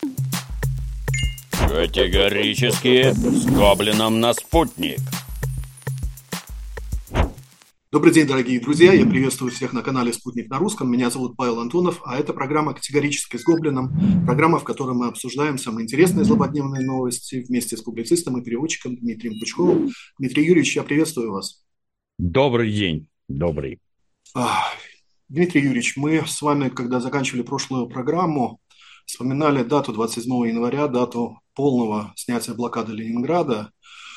Категорически с Гоблином на спутник. Добрый день, дорогие друзья! Я приветствую всех на канале «Спутник на русском». Меня зовут Павел Антонов, а это программа «Категорически с Гоблином». Программа, в которой мы обсуждаем самые интересные злободневные новости вместе с публицистом и переводчиком Дмитрием Пучковым. Дмитрий Юрьевич, я приветствую вас. Добрый день, добрый. Дмитрий Юрьевич, мы с вами, когда заканчивали прошлую программу, вспоминали дату 27 января, дату полного снятия блокады Ленинграда.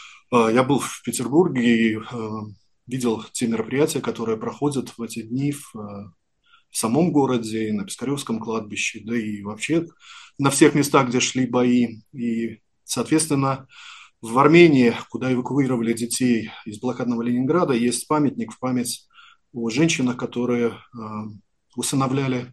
Я был в Петербурге и видел те мероприятия, которые проходят в эти дни в самом городе, на Пискаревском кладбище, да и вообще на всех местах, где шли бои. И, соответственно, в Армении, куда эвакуировали детей из блокадного Ленинграда, есть памятник в память о женщинах, которые усыновляли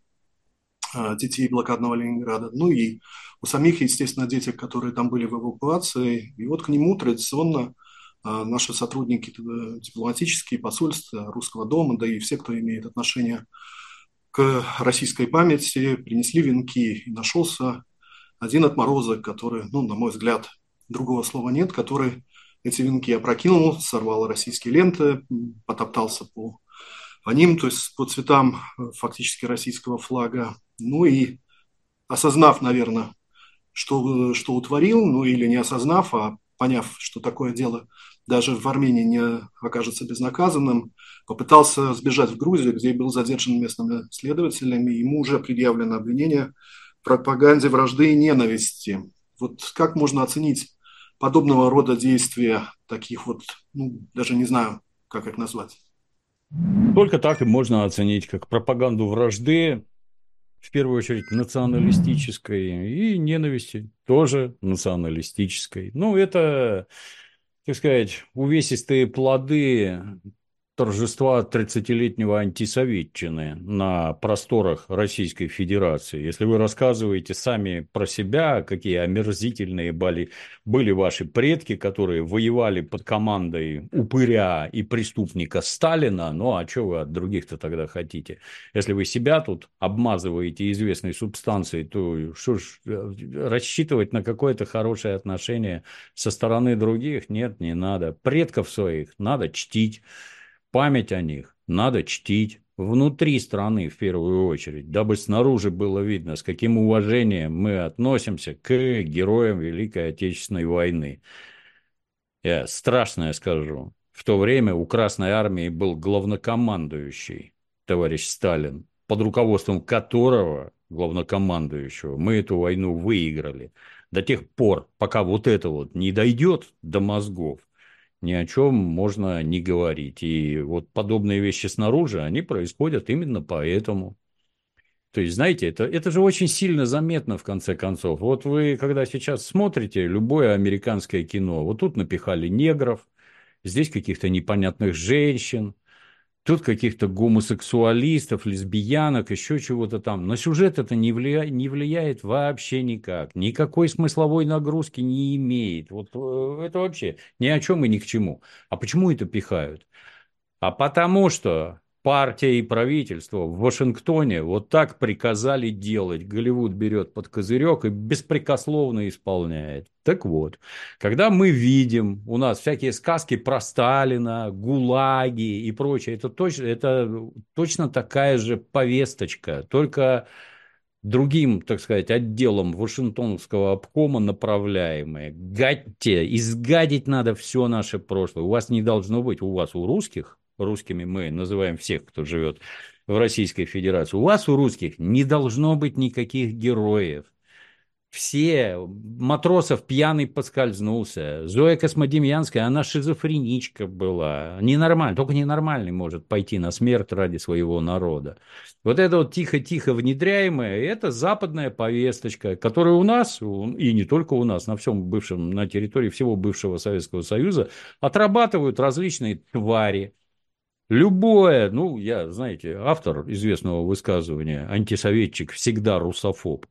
детей блокадного Ленинграда. Ну и у самих, естественно, дети, которые там были в эвакуации. И вот к нему традиционно наши сотрудники дипломатические, посольства Русского дома, да и все, кто имеет отношение к российской памяти, принесли венки. И нашелся один отморозок, который, на мой взгляд, другого слова нет, который эти венки опрокинул, сорвал российские ленты, потоптался по ним, то есть по цветам фактически российского флага. Ну и осознав, наверное, что утворил, или не осознав, а поняв, что такое дело даже в Армении не окажется безнаказанным, попытался сбежать в Грузию, где был задержан местными следователями. Ему уже предъявлено обвинение в пропаганде вражды и ненависти. Вот как можно оценить подобного рода действия, таких вот, даже не знаю, как их назвать? Только так и можно оценить, как пропаганду вражды, в первую очередь националистической, и ненависти тоже националистической. Это, так сказать, увесистые плоды торжества 30-летнего антисоветчины на просторах Российской Федерации. Если вы рассказываете сами про себя, какие омерзительные были ваши предки, которые воевали под командой упыря и преступника Сталина, а что вы от других-то тогда хотите? Если вы себя тут обмазываете известной субстанцией, то что ж, рассчитывать на какое-то хорошее отношение со стороны других? Нет, не надо. Предков своих надо чтить. Память о них надо чтить внутри страны в первую очередь, дабы снаружи было видно, с каким уважением мы относимся к героям Великой Отечественной войны. Я страшное скажу. В то время у Красной Армии был главнокомандующий товарищ Сталин, под руководством которого, главнокомандующего, мы эту войну выиграли. До тех пор, пока вот это вот не дойдет до мозгов, ни о чем можно не говорить. И вот подобные вещи снаружи, они происходят именно поэтому. То есть, знаете, это же очень сильно заметно, в конце концов. Вот вы, когда сейчас смотрите любое американское кино, вот тут напихали негров, здесь каких-то непонятных женщин, тут каких-то гомосексуалистов, лесбиянок, еще чего-то там. На сюжет это не влияет вообще никак. Никакой смысловой нагрузки не имеет. Вот это вообще ни о чем и ни к чему. А почему это пихают? А потому что партия и правительство в Вашингтоне вот так приказали делать. Голливуд берет под козырек и беспрекословно исполняет. Так вот, когда мы видим у нас всякие сказки про Сталина, ГУЛАГи и прочее, это точно такая же повесточка, только другим, так сказать, отделом Вашингтонского обкома направляемые. Гадьте, изгадить надо все наше прошлое. У вас не должно быть, у вас, у русских, русскими мы называем всех, кто живет в Российской Федерации, у вас, у русских, не должно быть никаких героев. Все, Матросов пьяный поскользнулся, Зоя Космодемьянская, она шизофреничка была, ненормальный, только ненормальный может пойти на смерть ради своего народа. Вот это вот тихо-тихо внедряемое, это западная повесточка, которая у нас, и не только у нас, на всем бывшем, на территории всего бывшего Советского Союза, отрабатывают различные твари. Любое, я, знаете, автор известного высказывания, антисоветчик, всегда русофоб.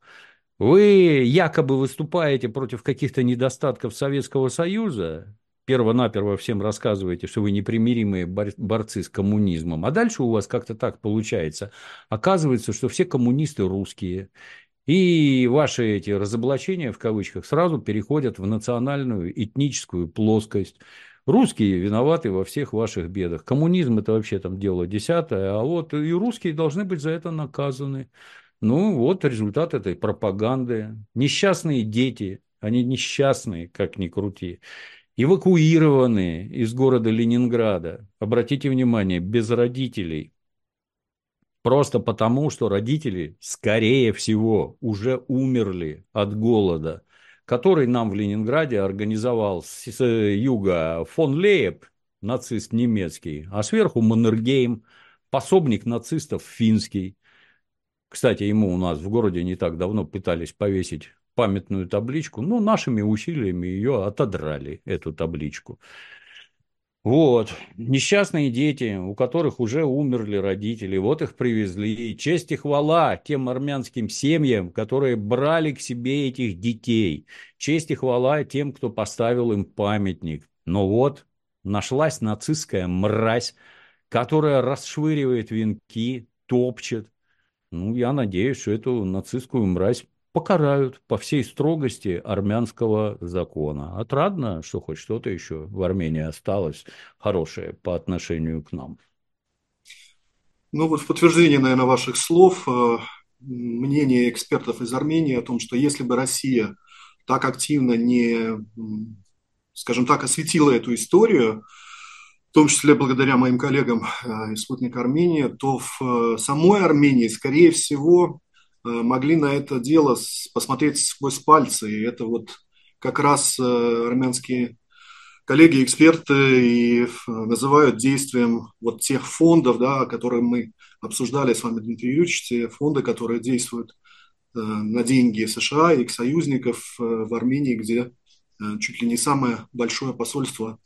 Вы якобы выступаете против каких-то недостатков Советского Союза, перво-наперво всем рассказываете, что вы непримиримые борцы с коммунизмом, а дальше у вас как-то так получается. Оказывается, что все коммунисты русские, И ваши эти разоблачения, в кавычках, сразу переходят в национальную, этническую плоскость. Русские виноваты во всех ваших бедах. Коммунизм – это вообще там дело десятое, а вот и русские должны быть за это наказаны. Ну, вот результат этой пропаганды. Несчастные дети, они несчастные, как ни крути, эвакуированные из города Ленинграда. Обратите внимание, без родителей. Просто потому, что родители, скорее всего, уже умерли от голода, который нам в Ленинграде организовал с юга фон Лейб, нацист немецкий, а сверху Маннергейм, пособник нацистов финский. Кстати, ему у нас в городе не так давно пытались повесить памятную табличку, но нашими усилиями ее отодрали, эту табличку. Вот, несчастные дети, у которых уже умерли родители, вот их привезли. Честь и хвала тем армянским семьям, которые брали к себе этих детей. Честь и хвала тем, кто поставил им памятник. Но вот нашлась нацистская мразь, которая расшвыривает венки, топчет. Ну, я надеюсь, что эту нацистскую мразь покарают по всей строгости армянского закона. Отрадно, что хоть что-то еще в Армении осталось хорошее по отношению к нам. Ну вот в подтверждение, наверное, ваших слов, мнение экспертов из Армении о том, что если бы Россия так активно не, скажем так, осветила эту историю, в том числе благодаря моим коллегам из «Спутника Армении», то в самой Армении, скорее всего, могли на это дело посмотреть сквозь пальцы. И это вот как раз армянские коллеги, эксперты и называют действием вот тех фондов, да, которые мы обсуждали с вами, Дмитрий Юрьевич, те фонды, которые действуют на деньги США и их союзников в Армении, где чуть ли не самое большое посольство,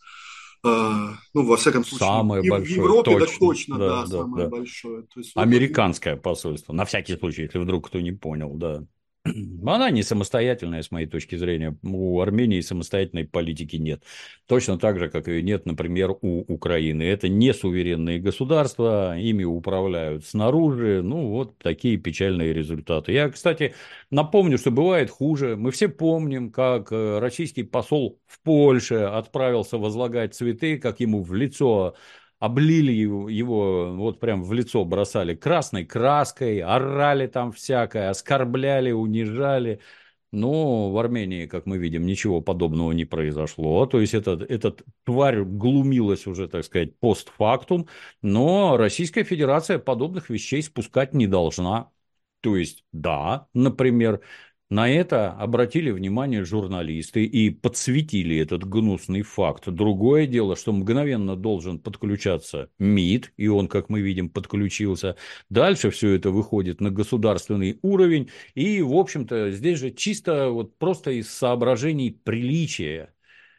ну, во всяком случае, Самое в большое, Европе, так точно. точно, Да, да, да, самое да. большое. То есть вот они. Американское посольство, на всякий случай, если вдруг кто не понял, да. Она не самостоятельная, с моей точки зрения. У Армении самостоятельной политики нет. Точно так же, как и нет, например, у Украины. Это не суверенные государства, ими управляют снаружи. Ну, вот такие печальные результаты. Я, кстати, напомню, что бывает хуже. Мы все помним, как российский посол в Польше отправился возлагать цветы, как ему в лицо облили его, вот прям в лицо бросали красной краской, орали там всякое, оскорбляли, унижали. Но в Армении, как мы видим, ничего подобного не произошло. То есть, эта тварь глумилась уже, так сказать, постфактум. Но Российская Федерация подобных вещей спускать не должна. То есть, да, например, на это обратили внимание журналисты и подсветили этот гнусный факт. Другое дело, что мгновенно должен подключаться МИД, и он, как мы видим, подключился. Дальше все это выходит на государственный уровень, и, в общем-то, здесь же чисто вот просто из соображений приличия.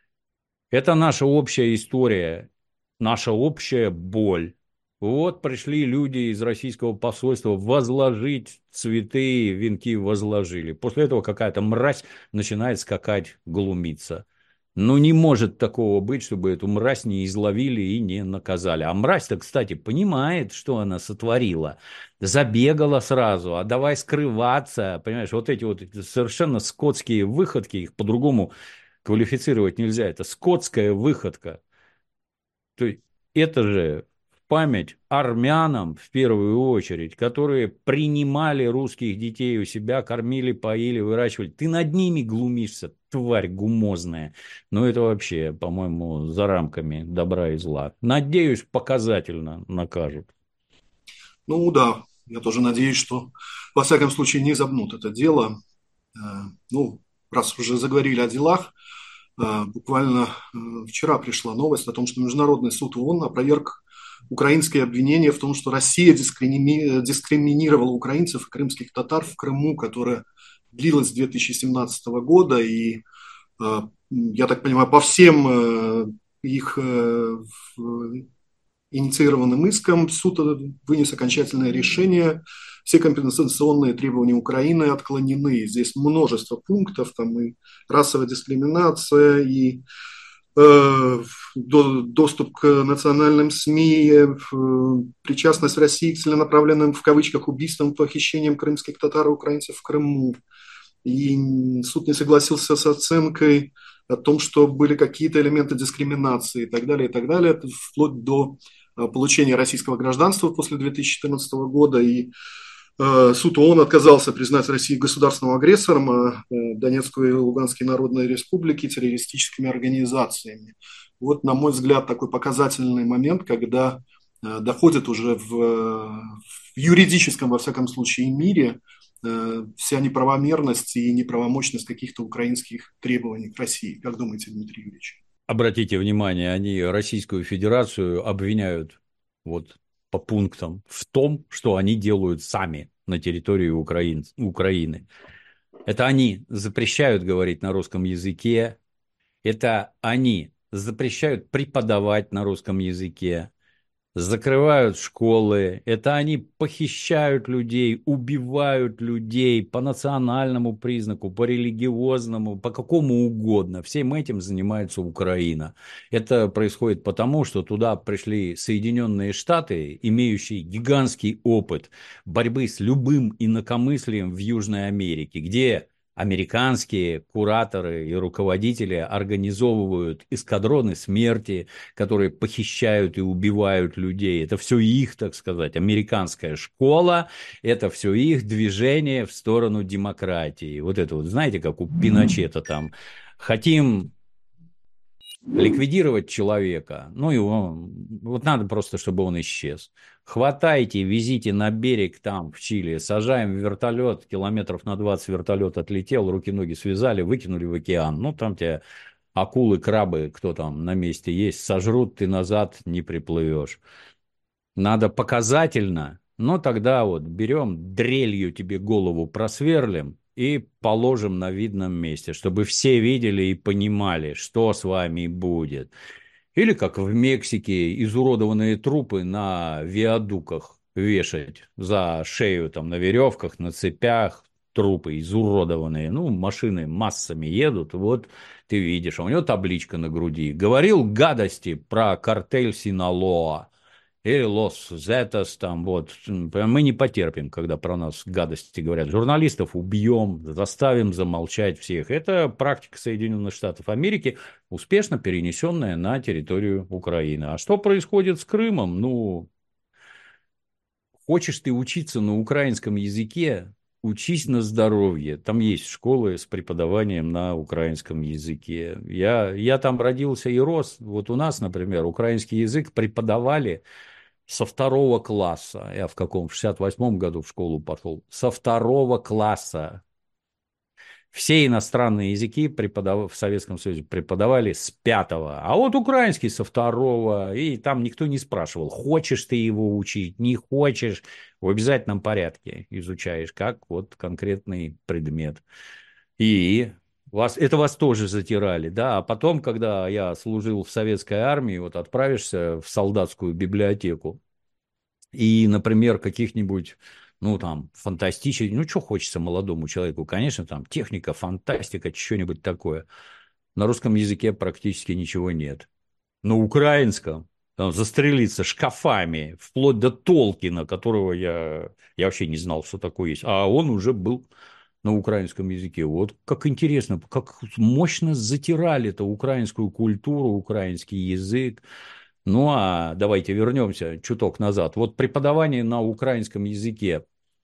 Это наша общая история, наша общая боль. Вот пришли люди из российского посольства возложить цветы, венки возложили. После этого какая-то мразь начинает скакать, глумиться. Ну, не может такого быть, чтобы эту мразь не изловили и не наказали. А мразь-то, кстати, понимает, что она сотворила. Забегала сразу, а давай скрываться. Понимаешь, вот эти вот совершенно скотские выходки, их по-другому квалифицировать нельзя. Это скотская выходка. То есть это же в память армянам в первую очередь, которые принимали русских детей у себя, кормили, поили, выращивали. Ты над ними глумишься, тварь гумозная. Но это вообще, по-моему, за рамками добра и зла. Надеюсь, показательно накажут. Ну да, я тоже надеюсь, что во всяком случае не забнут это дело. Ну, раз уже заговорили о делах, буквально вчера пришла новость о том, что Международный суд ООН опроверг украинские обвинения в том, что Россия дискриминировала украинцев и крымских татар в Крыму, которая длилась с 2017 года. И, я так понимаю, по всем их инициированным иском суд вынес окончательное решение. Все компенсационные требования Украины отклонены. Здесь множество пунктов, там и расовая дискриминация, и доступ к национальным СМИ, причастность России к целенаправленным, в кавычках, убийствам, похищениям крымских татар и украинцев в Крыму. И суд не согласился с оценкой о том, что были какие-то элементы дискриминации и так далее, вплоть до получения российского гражданства после 2014 года. И суд ООН отказался признать Россию государственным агрессором, а Донецкую и Луганские народные республики террористическими организациями. Вот, на мой взгляд, такой показательный момент, когда доходит уже в юридическом, во всяком случае, мире вся неправомерность и неправомощность каких-то украинских требований к России. Как думаете, Дмитрий Юрьевич? Обратите внимание, они Российскую Федерацию обвиняют вот по пунктам в том, что они делают сами на территории Украины. Это они запрещают говорить на русском языке, это они запрещают преподавать на русском языке, закрывают школы, это они похищают людей, убивают людей по национальному признаку, по религиозному, по какому угодно. Всем этим занимается Украина. Это происходит потому, что туда пришли Соединенные Штаты, имеющие гигантский опыт борьбы с любым инакомыслием в Южной Америке, где американские кураторы и руководители организовывают эскадроны смерти, которые похищают и убивают людей. Это все их, так сказать, американская школа, это все их движение в сторону демократии. Вот это вот, знаете, как у Пиночета там. Хотим ликвидировать человека, ну его, вот надо просто, чтобы он исчез. Хватайте, везите на берег там, в Чили, сажаем в вертолет, километров на 20 вертолет отлетел, руки-ноги связали, выкинули в океан. Ну, там тебя акулы, крабы, кто там на месте есть, сожрут, ты назад не приплывешь. Надо показательно, но тогда вот берем, дрелью тебе голову просверлим и положим на видном месте, чтобы все видели и понимали, что с вами будет. Или как в Мексике изуродованные трупы на виадуках вешать за шею там на веревках, на цепях, трупы изуродованные. Ну, машины массами едут, вот ты видишь, а у него табличка на груди. Говорил гадости про картель Синалоа. Или Лос Зетас, там вот. Мы не потерпим, когда про нас гадости говорят. Журналистов убьем, заставим замолчать всех. Это практика Соединенных Штатов Америки, успешно перенесенная на территорию Украины. А что происходит с Крымом? Ну, хочешь ты учиться на украинском языке, учись на здоровье. Там есть школы с преподаванием на украинском языке. Я там родился и рос. Вот у нас, например, украинский язык преподавали со второго класса. Я в каком? В 68-м году в школу пошел. Со второго класса. Все иностранные языки в Советском Союзе преподавали с пятого, а вот украинский со второго, и там никто не спрашивал, хочешь ты его учить, не хочешь, в обязательном порядке изучаешь, как вот конкретный предмет. И вас тоже затирали, да, а потом, когда я служил в советской армии, вот отправишься в солдатскую библиотеку, и, например, каких-нибудь, ну, там, фантастических, ну, что хочется молодому человеку, конечно, там, техника, фантастика, что-нибудь такое. На русском языке практически ничего нет. На украинском там, застрелиться шкафами, вплоть до Толкина, которого я вообще не знал, что такое есть, а он уже был на украинском языке. Вот как интересно, как мощно затирали это украинскую культуру, украинский язык. Ну а давайте вернемся чуток назад. Вот преподавание на украинском языке,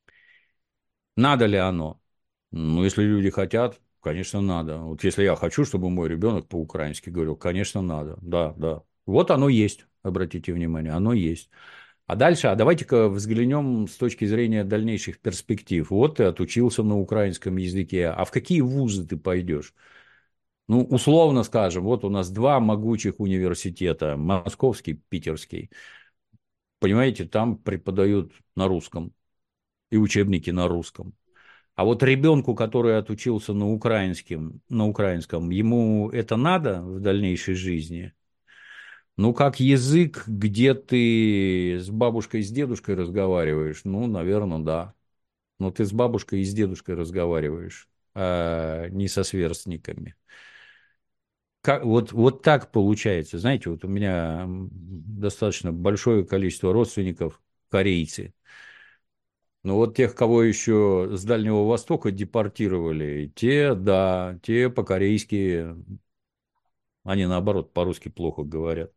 надо ли оно? Ну, если люди хотят, конечно, надо. Вот если я хочу, чтобы мой ребенок по-украински говорил, конечно, надо. Да, да. Вот оно есть, обратите внимание, оно есть. А дальше, а давайте-ка взглянем с точки зрения дальнейших перспектив. Вот ты отучился на украинском языке, а в какие вузы ты пойдешь? Ну, условно скажем, вот у нас два могучих университета, московский, питерский. Понимаете, там преподают на русском и учебники на русском. А вот ребенку, который отучился на украинском, ему это надо в дальнейшей жизни? Ну, как язык, где ты с бабушкой и с дедушкой разговариваешь, ну, наверное, да. Но ты с бабушкой и с дедушкой разговариваешь, а не со сверстниками. вот так получается. Знаете, вот у меня достаточно большое количество родственников корейцы. Но вот тех, кого еще с Дальнего Востока депортировали, те, да, те по-корейски, они наоборот по-русски плохо говорят.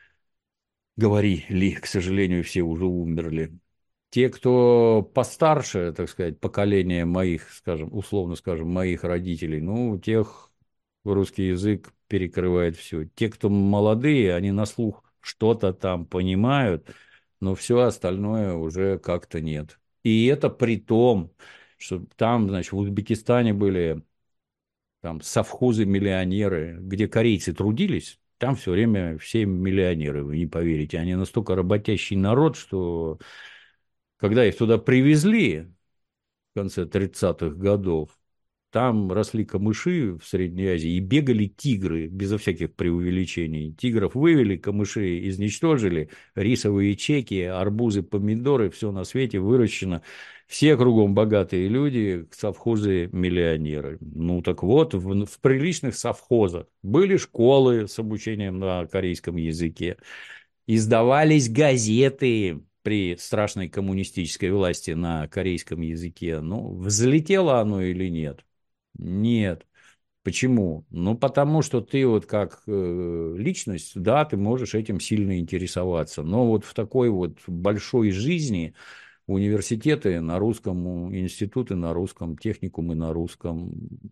Говорили, к сожалению, все уже умерли. Те, кто постарше, так сказать, поколение моих, скажем, условно скажем, моих родителей, ну, у тех русский язык перекрывает все. Те, кто молодые, они на слух что-то там понимают, но все остальное уже как-то нет. И это при том, что там, значит, в Узбекистане были там совхозы-миллионеры, где корейцы трудились, там все время все миллионеры, вы не поверите. Они настолько работящий народ, что когда их туда привезли в конце 30-х годов, там росли камыши в Средней Азии и бегали тигры, безо всяких преувеличений. Тигров вывели, камыши изничтожили, рисовые чеки, арбузы, помидоры, все на свете выращено. Все кругом богатые люди, совхозы миллионеры. Ну так вот, в приличных совхозах были школы с обучением на корейском языке, издавались газеты при страшной коммунистической власти на корейском языке. Ну, взлетело оно или нет? Нет. Почему? Ну, потому что ты вот как личность, да, ты можешь этим сильно интересоваться. Но вот в такой вот большой жизни университеты на русском, институты на русском, техникумы на русском.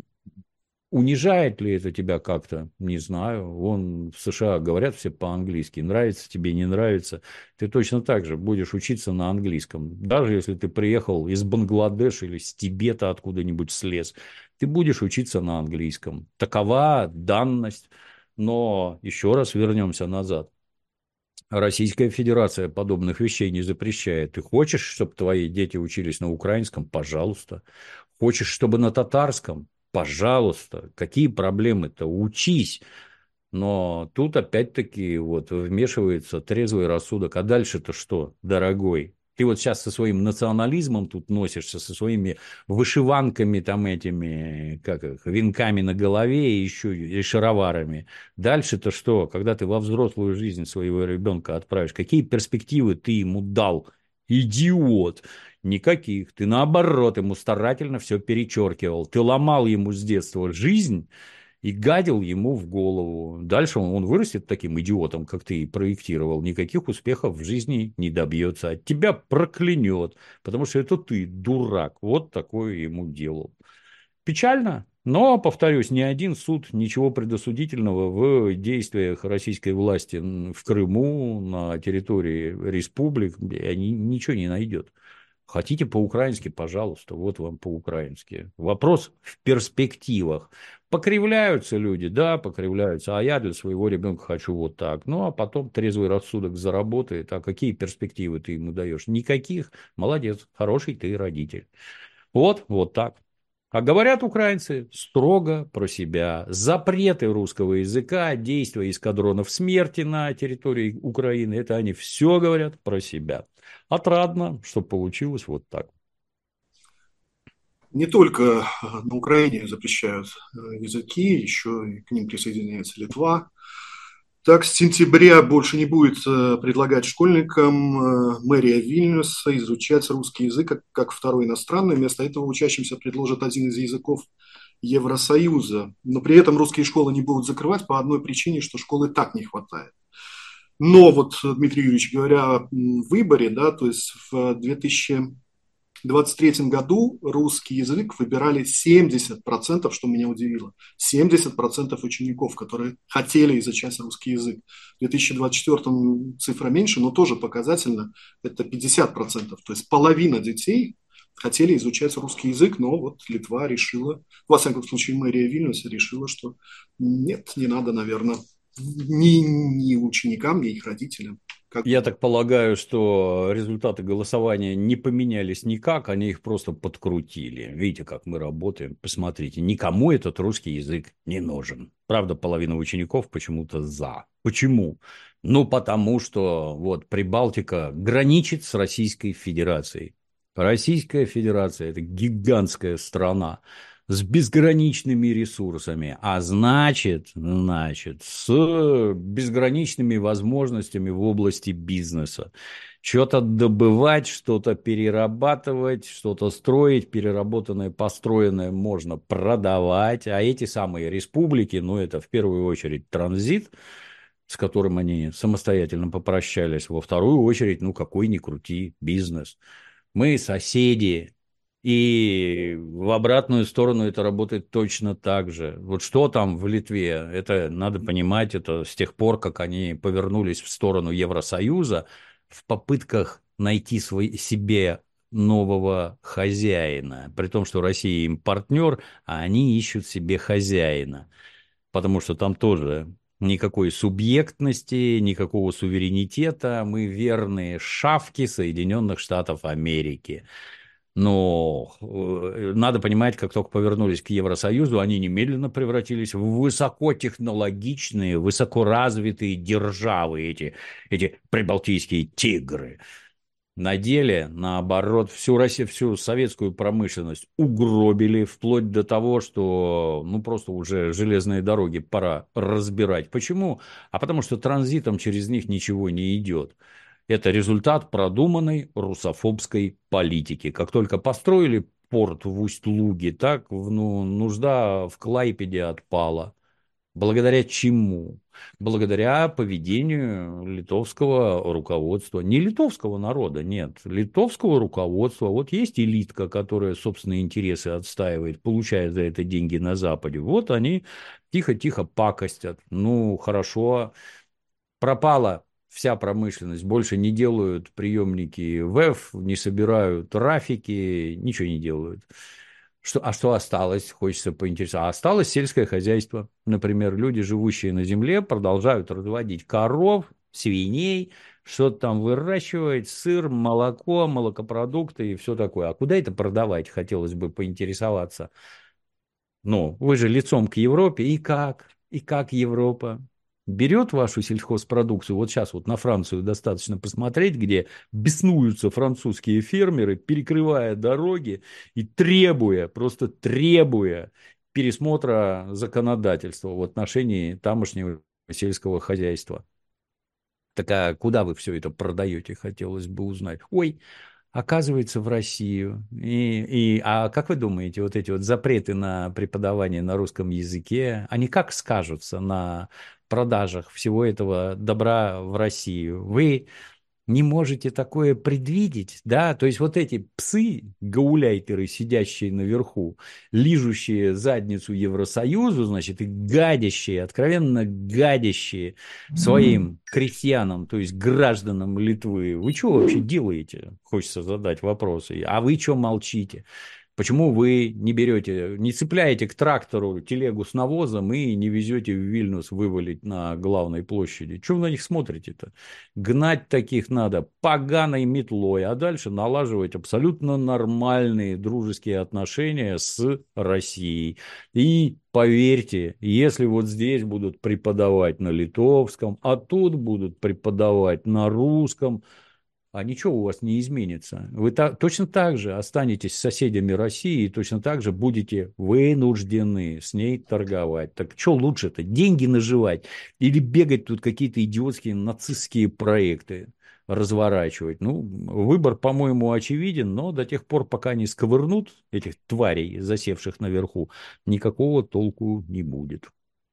Унижает ли это тебя как-то? Не знаю. Вон в США говорят все по-английски. Нравится тебе, не нравится. Ты точно так же будешь учиться на английском. Даже если ты приехал из Бангладеш или с Тибета откуда-нибудь слез, ты будешь учиться на английском. Такова данность. Но еще раз вернемся назад. Российская Федерация подобных вещей не запрещает. Ты хочешь, чтобы твои дети учились на украинском? Пожалуйста. Хочешь, чтобы на татарском? Пожалуйста. Какие проблемы-то? Учись. Но тут опять-таки вот вмешивается трезвый рассудок. А дальше-то что, дорогой? Ты вот сейчас со своим национализмом тут носишься, со своими вышиванками там этими, как их, венками на голове и еще и шароварами. Дальше-то что, когда ты во взрослую жизнь своего ребенка отправишь, какие перспективы ты ему дал? Идиот! Никаких. Ты наоборот ему старательно все перечеркивал. Ты ломал ему с детства жизнь и гадил ему в голову. Дальше он вырастет таким идиотом, как ты и проектировал. Никаких успехов в жизни не добьется. От тебя проклянет, потому что это ты, дурак. Вот такое ему делал. Печально, но, повторюсь, ни один суд ничего предосудительного в действиях российской власти в Крыму, на территории республик, они ничего не найдет. Хотите по-украински, пожалуйста, вот вам по-украински. Вопрос в перспективах. Покривляются люди, да, покривляются, а я для своего ребенка хочу вот так. Ну, а потом трезвый рассудок заработает, а какие перспективы ты ему даешь? Никаких. Молодец, хороший ты родитель. Вот так. А говорят украинцы строго про себя. Запреты русского языка, действия эскадронов смерти на территории Украины, это они все говорят про себя. Отрадно, что получилось вот так. Не только на Украине запрещают языки, еще и к ним присоединяется Литва. Так, с сентября больше не будет предлагать школьникам мэрия Вильнюса изучать русский язык как второй иностранный. Вместо этого учащимся предложат один из языков Евросоюза. Но при этом русские школы не будут закрывать по одной причине, что школы так не хватает. Но вот, Дмитрий Юрьевич, говоря о выборе, да, то есть в 2023 году русский язык выбирали 70%, что меня удивило. 70% учеников, которые хотели изучать русский язык. В 2024 цифра меньше, но тоже показательно. Это 50%. То есть половина детей хотели изучать русский язык, но вот Литва решила, во всяком случае мэрия Вильнюса решила, что нет, не надо, наверное, ни ученикам, ни их родителям. Как Я так полагаю, что результаты голосования не поменялись никак, они их просто подкрутили. Видите, как мы работаем. Посмотрите, никому этот русский язык не нужен. Правда, половина учеников почему-то за. Почему? Ну, потому что вот Прибалтика граничит с Российской Федерацией. Российская Федерация – это гигантская страна. с безграничными ресурсами, а значит, с безграничными возможностями в области бизнеса. Что-то добывать, что-то перерабатывать, что-то строить, переработанное, построенное можно продавать, а эти самые республики, ну, это в первую очередь транзит, с которым они самостоятельно попрощались, во вторую очередь, ну, какой ни крути, бизнес. Мы соседи, и в обратную сторону это работает точно так же. Вот что там в Литве, это надо понимать, это с тех пор, как они повернулись в сторону Евросоюза, в попытках найти себе нового хозяина, при том, что Россия им партнер, а они ищут себе хозяина, потому что там тоже никакой субъектности, никакого суверенитета, мы верные шавки Соединенных Штатов Америки. Но надо понимать, как только повернулись к Евросоюзу, они немедленно превратились в высокотехнологичные, высокоразвитые державы, эти прибалтийские тигры. На деле, наоборот, всю Россию, всю советскую промышленность угробили, вплоть до того, что, ну, просто уже железные дороги пора разбирать. Почему? А потому что транзитом через них ничего не идет. Это результат продуманной русофобской политики. Как только построили порт в Усть-Луге, так нужда в Клайпеде отпала. Благодаря чему? Благодаря поведению литовского руководства. Не литовского народа, нет. Литовского руководства. Вот есть элитка, которая собственные интересы отстаивает, получает за это деньги на Западе. Вот они тихо-тихо пакостят. Ну, хорошо. Пропала вся промышленность. Больше не делают приемники ВЭФ, не собирают трафики, ничего не делают. Что осталось, хочется поинтересоваться. А осталось сельское хозяйство. Например, люди, живущие на земле, продолжают разводить коров, свиней, что-то там выращивать, сыр, молоко, молокопродукты и все такое. А куда это продавать, хотелось бы поинтересоваться. Ну, вы же лицом к Европе. И как? И как Европа берет вашу сельхозпродукцию? Вот сейчас вот на Францию достаточно посмотреть, где беснуются французские фермеры, перекрывая дороги и требуя, просто требуя пересмотра законодательства в отношении тамошнего сельского хозяйства. Так а куда вы все это продаете, хотелось бы узнать. Ой, оказывается, в Россию. А как вы думаете, вот эти вот запреты на преподавание на русском языке, они как скажутся на продажах всего этого добра в Россию? Вы не можете такое предвидеть, да, то есть вот эти псы, гауляйтеры, сидящие наверху, лижущие задницу Евросоюзу, значит, и гадящие, откровенно гадящие своим крестьянам, то есть гражданам Литвы, вы что вообще делаете? Хочется задать вопросы. А вы что молчите? Почему вы не берете, не цепляете к трактору телегу с навозом и не везете в Вильнюс вывалить на главной площади? Чего вы на них смотрите-то? Гнать таких надо поганой метлой, а дальше налаживать абсолютно нормальные дружеские отношения с Россией. И поверьте, если вот здесь будут преподавать на литовском, а тут будут преподавать на русском, а ничего у вас не изменится. Вы точно так же останетесь соседями России и точно так же будете вынуждены с ней торговать. Так что лучше-то, деньги наживать или бегать тут какие-то идиотские нацистские проекты разворачивать? Ну, выбор, по-моему, очевиден, но до тех пор, пока не сковырнут этих тварей, засевших наверху, никакого толку не будет.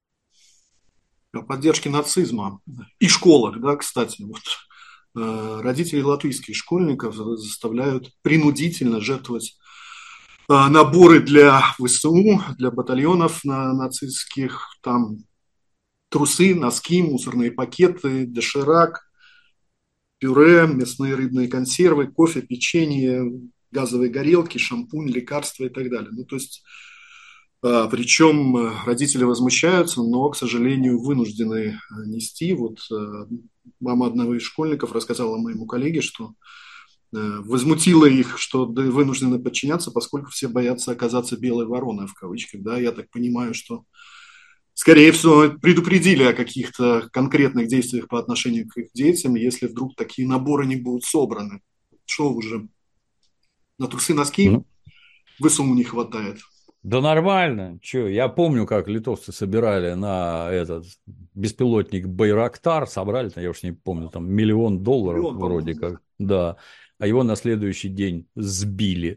О поддержке нацизма и школах, да, кстати, вот родители латвийских школьников заставляют принудительно жертвовать наборы для ВСУ, для батальонов нацистских, там трусы, носки, мусорные пакеты, доширак, пюре, мясные рыбные консервы, кофе, печенье, газовые горелки, шампунь, лекарства и так далее. Ну, то есть, причем родители возмущаются, но, к сожалению, вынуждены нести. Вот мама одного из школьников рассказала моему коллеге, что возмутило их, что вынуждены подчиняться, поскольку все боятся оказаться белой вороной, в кавычках. Да, я так понимаю, что, скорее всего, предупредили о каких-то конкретных действиях по отношению к их детям, если вдруг такие наборы не будут собраны. Что уже на трусы, носки Ну, ВСУ не хватает. Да нормально. Че, я помню, как литовцы собирали на этот беспилотник Байрактар, собрали, я уж не помню, там $1 000 000 Миллион, вроде по-моему, да. как, да. А его на следующий день сбили.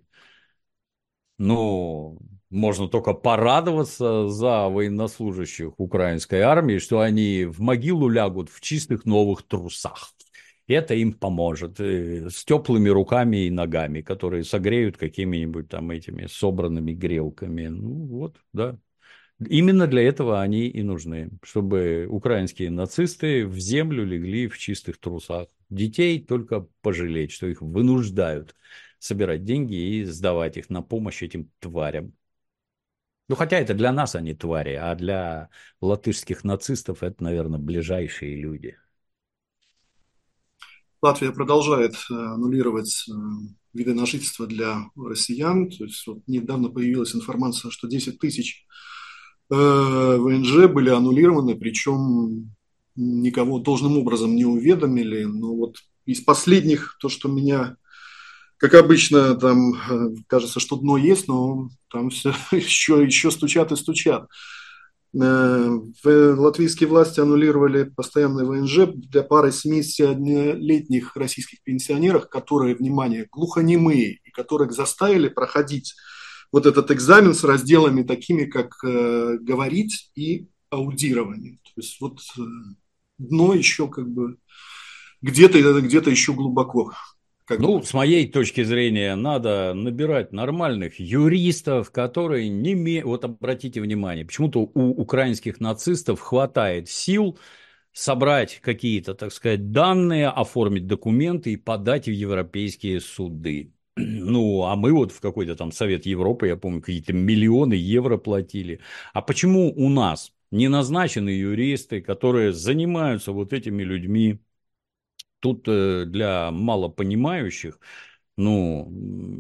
Ну, можно только порадоваться за военнослужащих украинской армии, что они в могилу лягут в чистых новых трусах. Это им поможет с теплыми руками и ногами, которые согреют какими-нибудь там этими собранными грелками. Ну вот, да. Именно для этого они и нужны, чтобы украинские нацисты в землю легли в чистых трусах. Детей только пожалеть, что их вынуждают собирать деньги и сдавать их на помощь этим тварям. Ну, хотя это для нас они твари, а для латышских нацистов это, наверное, ближайшие люди. Латвия продолжает аннулировать виды на жительство для россиян. То есть вот недавно появилась информация, что 10 тысяч ВНЖ были аннулированы, причем никого должным образом не уведомили. Но вот из последних, то, что меня, как обычно, там кажется, что дно есть, но там все еще стучат и стучат. Латвийские власти аннулировали постоянный ВНЖ для пары 71-летних российских пенсионеров, которые, внимание, глухонемые, и которых заставили проходить вот этот экзамен с разделами такими, как говорить и аудирование. То есть вот дно еще как бы где-то еще глубоко, как бы. Ну, с моей точки зрения, надо набирать нормальных юристов, которые Вот обратите внимание, почему-то у украинских нацистов хватает сил собрать какие-то, так сказать, данные, оформить документы и подать в европейские суды. Ну, а мы вот в какой-то там Совет Европы, я помню, какие-то миллионы евро платили. А почему у нас не назначены юристы, которые занимаются вот этими людьми? Тут для малопонимающих, ну,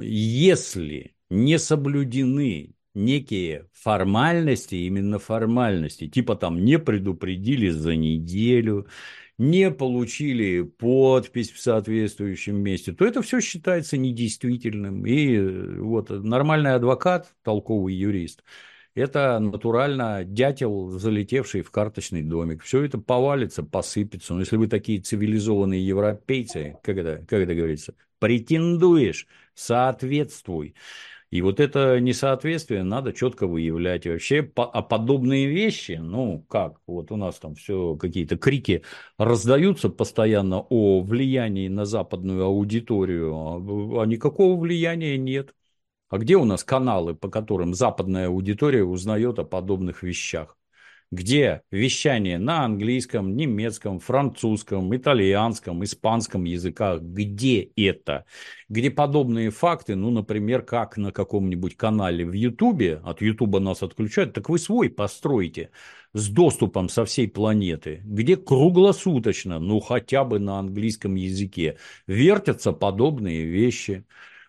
если не соблюдены некие формальности, именно формальности, типа там не предупредили за неделю, не получили подпись в соответствующем месте, то это все считается недействительным. И вот нормальный адвокат, толковый юрист, это натурально дятел, залетевший в карточный домик. Все это повалится, посыпется. Но если вы такие цивилизованные европейцы, как это говорится, претендуешь, соответствуй. И вот это несоответствие надо четко выявлять. И вообще, подобные вещи, ну как, вот у нас там все какие-то крики раздаются постоянно о влиянии на западную аудиторию, а никакого влияния нет. А где у нас каналы, по которым западная аудитория узнает о подобных вещах? Где вещание на английском, немецком, французском, итальянском, испанском языках? Где это? Где подобные факты, ну, например, как на каком-нибудь канале в Ютубе, от Ютуба нас отключают, так вы свой постройте с доступом со всей планеты, где круглосуточно, ну, хотя бы на английском языке, вертятся подобные вещи.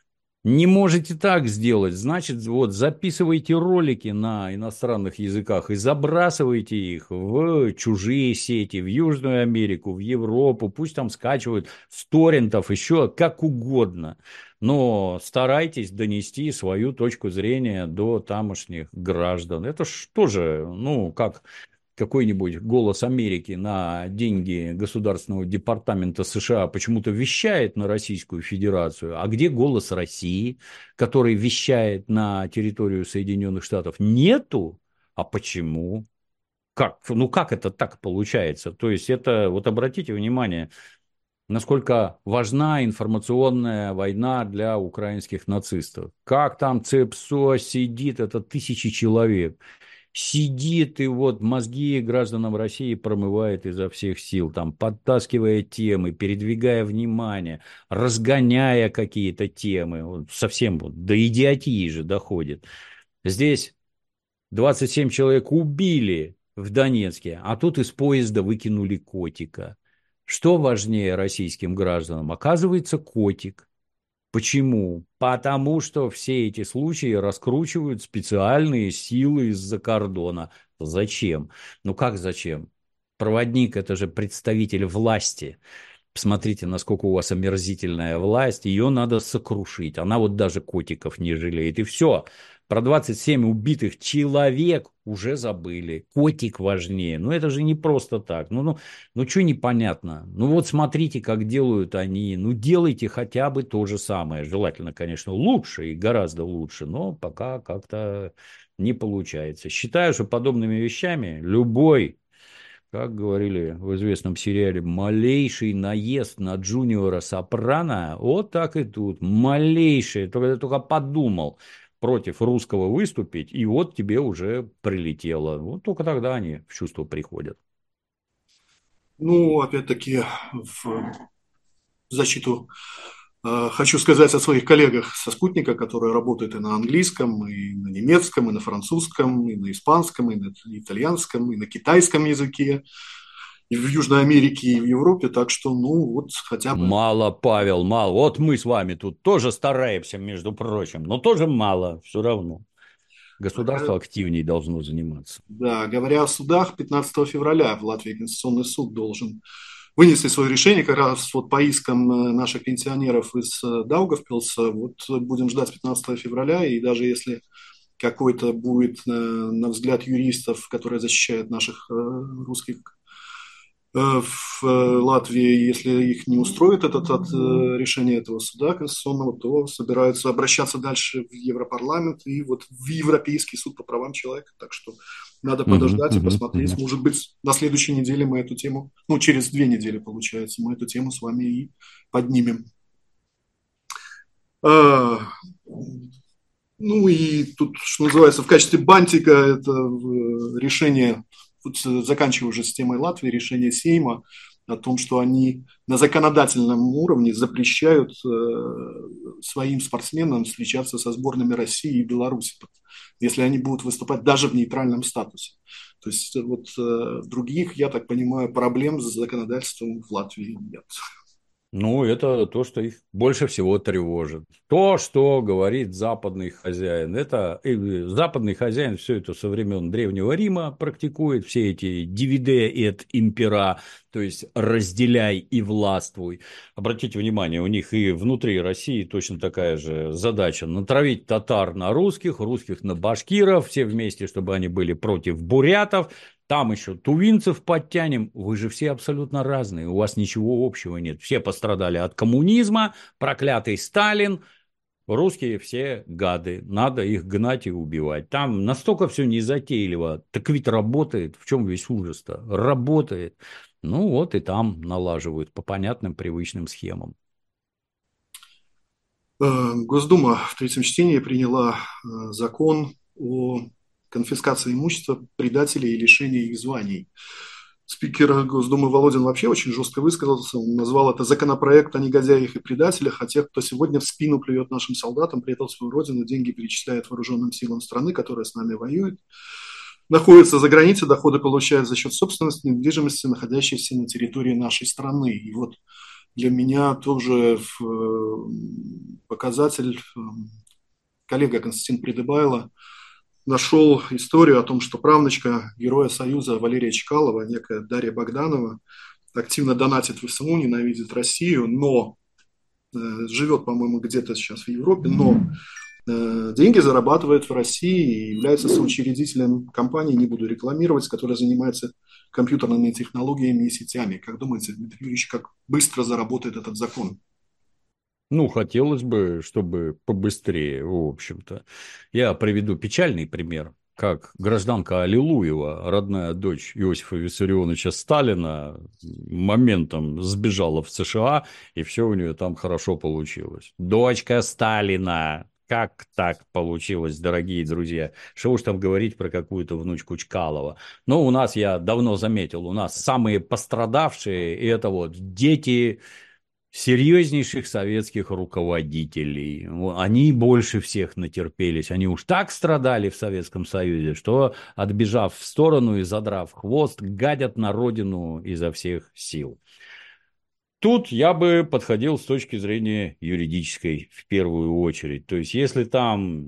Не можете так сделать, значит, вот записывайте ролики на иностранных языках и забрасывайте их в чужие сети, в Южную Америку, в Европу, пусть там скачивают с торрентов, еще как угодно. Но старайтесь донести свою точку зрения до тамошних граждан. Это что же, ну, как какой-нибудь «Голос Америки» на деньги Государственного департамента США почему-то вещает на Российскую Федерацию, а где «Голос России», который вещает на территорию Соединенных Штатов? Нету. А почему? Как? Ну, как это так получается? То есть, это, вот обратите внимание, насколько важна информационная война для украинских нацистов. Как там ЦЕПСО сидит, это тысячи человек сидит и вот мозги гражданам России промывает изо всех сил, там, подтаскивая темы, передвигая внимание, разгоняя какие-то темы, вот, совсем вот до идиотии же доходит. Здесь 27 человек убили в Донецке, а тут из поезда выкинули котика. Что важнее российским гражданам? Оказывается, котик. Почему? Потому что все эти случаи раскручивают специальные силы из-за кордона. Зачем? Ну как зачем? Проводник – это же представитель власти. Посмотрите, насколько у вас омерзительная власть. Ее надо сокрушить. Она вот даже котиков не жалеет. И все. Про 27 убитых человек уже забыли. Котик важнее. Ну, это же не просто так. Ну что непонятно? Ну, вот смотрите, как делают они. Ну, делайте хотя бы то же самое. Желательно, конечно, лучше и гораздо лучше, но пока как-то не получается. Считаю, что подобными вещами любой, как говорили в известном сериале, малейший наезд на Джуниора Сопрано, вот так и тут, малейший, только подумал против русского выступить, и вот тебе уже прилетело. Вот только тогда они в чувство приходят. Ну, опять-таки, в защиту хочу сказать о своих коллегах со «Спутника», которые работают и на английском, и на немецком, и на французском, и на испанском, и на итальянском, и на китайском языке, и в Южной Америке, и в Европе. Так что, ну, вот хотя бы... Мало, Павел, мало. Вот мы с вами тут тоже стараемся, между прочим, но тоже мало все равно. Государство активнее должно заниматься. Да, говоря о судах, 15 февраля в Латвии Конституционный суд должен вынести свое решение как раз вот по искам наших пенсионеров из Даугавпилса. Вот будем ждать 15 февраля, и даже если какой-то будет, на взгляд юристов, которые защищают наших русских в Латвии, если их не устроит от решения этого суда конституционного, то собираются обращаться дальше в Европарламент и вот в Европейский суд по правам человека. Так что надо Мгм, подождать и мгм, посмотреть. мгм. Может быть, на следующей неделе мы эту тему, ну, через 2 недели, получается, мы эту тему с вами и поднимем. А, ну и тут, что называется, в качестве бантика это решение, вот заканчивая уже с темой Латвии, решение Сейма о том, что они на законодательном уровне запрещают своим спортсменам встречаться со сборными России и Беларуси, если они будут выступать даже в нейтральном статусе. То есть вот других, я так понимаю, проблем с законодательством в Латвии нет. Ну, это то, что их больше всего тревожит. То, что говорит западный хозяин. Это западный хозяин все это со времен Древнего Рима практикует, все эти divide et impera, то есть разделяй и властвуй. Обратите внимание, у них и внутри России точно такая же задача: натравить татар на русских, русских на башкиров, все вместе, чтобы они были против бурятов. Там еще тувинцев подтянем. Вы же все абсолютно разные. У вас ничего общего нет. Все пострадали от коммунизма, проклятый Сталин. Русские все гады. Надо их гнать и убивать. Там настолько все незатейливо. Так ведь работает. В чем весь ужас-то? Работает. Ну вот и там налаживают по понятным привычным схемам. Госдума в третьем чтении приняла закон о конфискации имущества предателей и лишении их званий. Спикер Госдумы Володин вообще очень жестко высказался. Он назвал это законопроект о негодяях и предателях, о тех, кто сегодня в спину плюет нашим солдатам, предал свою родину, деньги перечисляет вооруженным силам страны, которая с нами воюет, находится за границей, доходы получает за счет собственности, недвижимости, находящейся на территории нашей страны. И вот для меня тоже показатель. Коллега Константин Придыбайло нашел историю о том, что правнучка героя Союза Валерия Чкалова, некая Дарья Богданова, активно донатит в СМУ, ненавидит Россию, но живет, по-моему, где-то сейчас в Европе, но деньги зарабатывает в России и является соучредителем компании, не буду рекламировать, которая занимается компьютерными технологиями и сетями. Как думаете, Дмитрий Юрьевич, как быстро заработает этот закон? Ну, хотелось бы, чтобы побыстрее, в общем-то. Я приведу печальный пример, как гражданка Аллилуева, родная дочь Иосифа Виссарионовича Сталина, моментом сбежала в США, и все у нее там хорошо получилось. Дочка Сталина. Как так получилось, дорогие друзья? Что уж там говорить про какую-то внучку Чкалова. Но у нас, я давно заметил, у нас самые пострадавшие, и это вот дети серьезнейших советских руководителей. Они больше всех натерпелись. Они уж так страдали в Советском Союзе, что, отбежав в сторону и задрав хвост, гадят на родину изо всех сил. Тут я бы подходил с точки зрения юридической в первую очередь. То есть, если там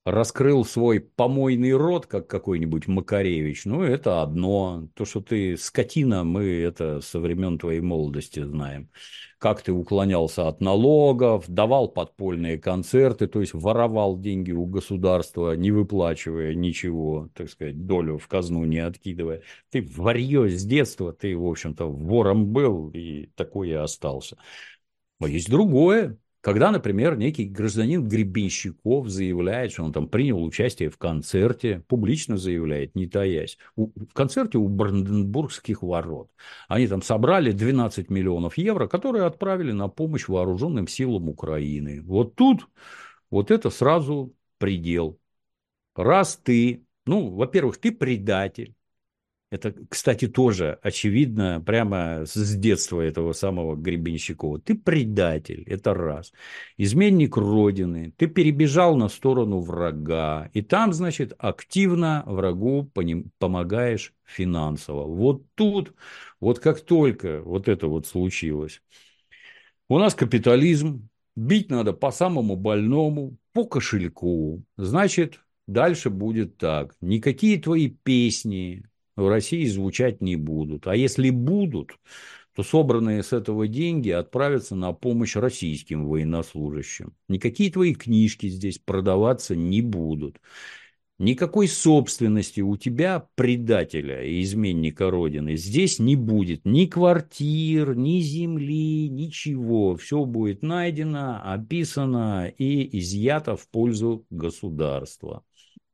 раскрыл свой помойный рот, как какой-нибудь Макаревич, ну, это одно. То, что ты скотина, мы это со времен твоей молодости знаем. Как ты уклонялся от налогов, давал подпольные концерты, то есть воровал деньги у государства, не выплачивая ничего, так сказать, долю в казну не откидывая. Ты варьё с детства, ты, в общем-то, вором был и такой и остался. А есть другое. Когда, например, некий гражданин Гребенщиков заявляет, что он там принял участие в концерте, публично заявляет, не таясь, в концерте у Бранденбургских ворот. Они там собрали 12 миллионов евро, которые отправили на помощь вооруженным силам Украины. Вот тут, вот это сразу предел. Раз ты, ну, во-первых, ты предатель, это, кстати, тоже очевидно прямо с детства этого самого Гребенщикова. Ты предатель, это раз. Изменник Родины. Ты перебежал на сторону врага. И там, значит, активно врагу помогаешь финансово. Вот тут, вот как только вот это вот случилось, у нас капитализм, бить надо по самому больному, по кошельку. Значит, дальше будет так. Никакие твои песни в России звучать не будут. А если будут, то собранные с этого деньги отправятся на помощь российским военнослужащим. Никакие твои книжки здесь продаваться не будут. Никакой собственности у тебя, предателя и изменника Родины, здесь не будет. Ни квартир, ни земли, ничего. Все будет найдено, описано и изъято в пользу государства.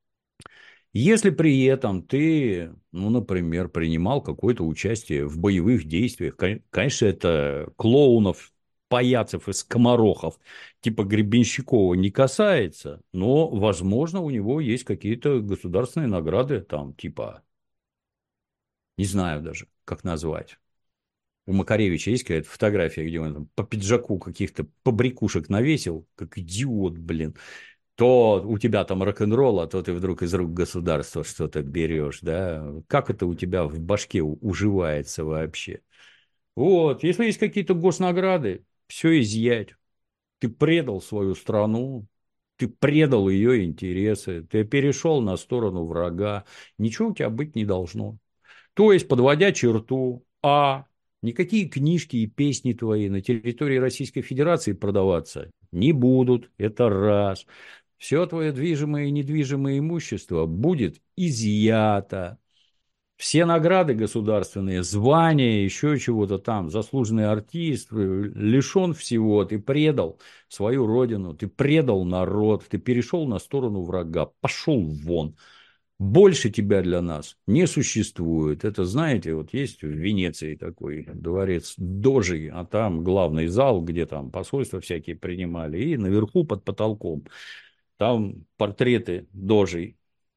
Если при этом ты, ну, например, принимал какое-то участие в боевых действиях, конечно, это клоунов, паяцев и скоморохов типа Гребенщикова не касается, но, возможно, у него есть какие-то государственные награды, там, типа, не знаю даже, как назвать. У Макаревича есть какая-то фотография, где он там по пиджаку каких-то побрякушек навесил, как идиот, блин. То у тебя там рок-н-ролл, а то ты вдруг из рук государства что-то берешь, да? Как это у тебя в башке уживается вообще? Вот, если есть какие-то госнаграды, все изъять. Ты предал свою страну, ты предал ее интересы, ты перешел на сторону врага, ничего у тебя быть не должно. То есть, подводя черту, никакие книжки и песни твои на территории Российской Федерации продаваться не будут, это раз. Все твое движимое и недвижимое имущество будет изъято. Все награды государственные, звания, еще чего-то там, заслуженный артист, лишен всего, ты предал свою родину, ты предал народ, ты перешел на сторону врага, пошел вон. Больше тебя для нас не существует. Это, знаете, вот есть в Венеции такой дворец Дожи, а там главный зал, где там посольства всякие принимали, и наверху под потолком там портреты Дожей.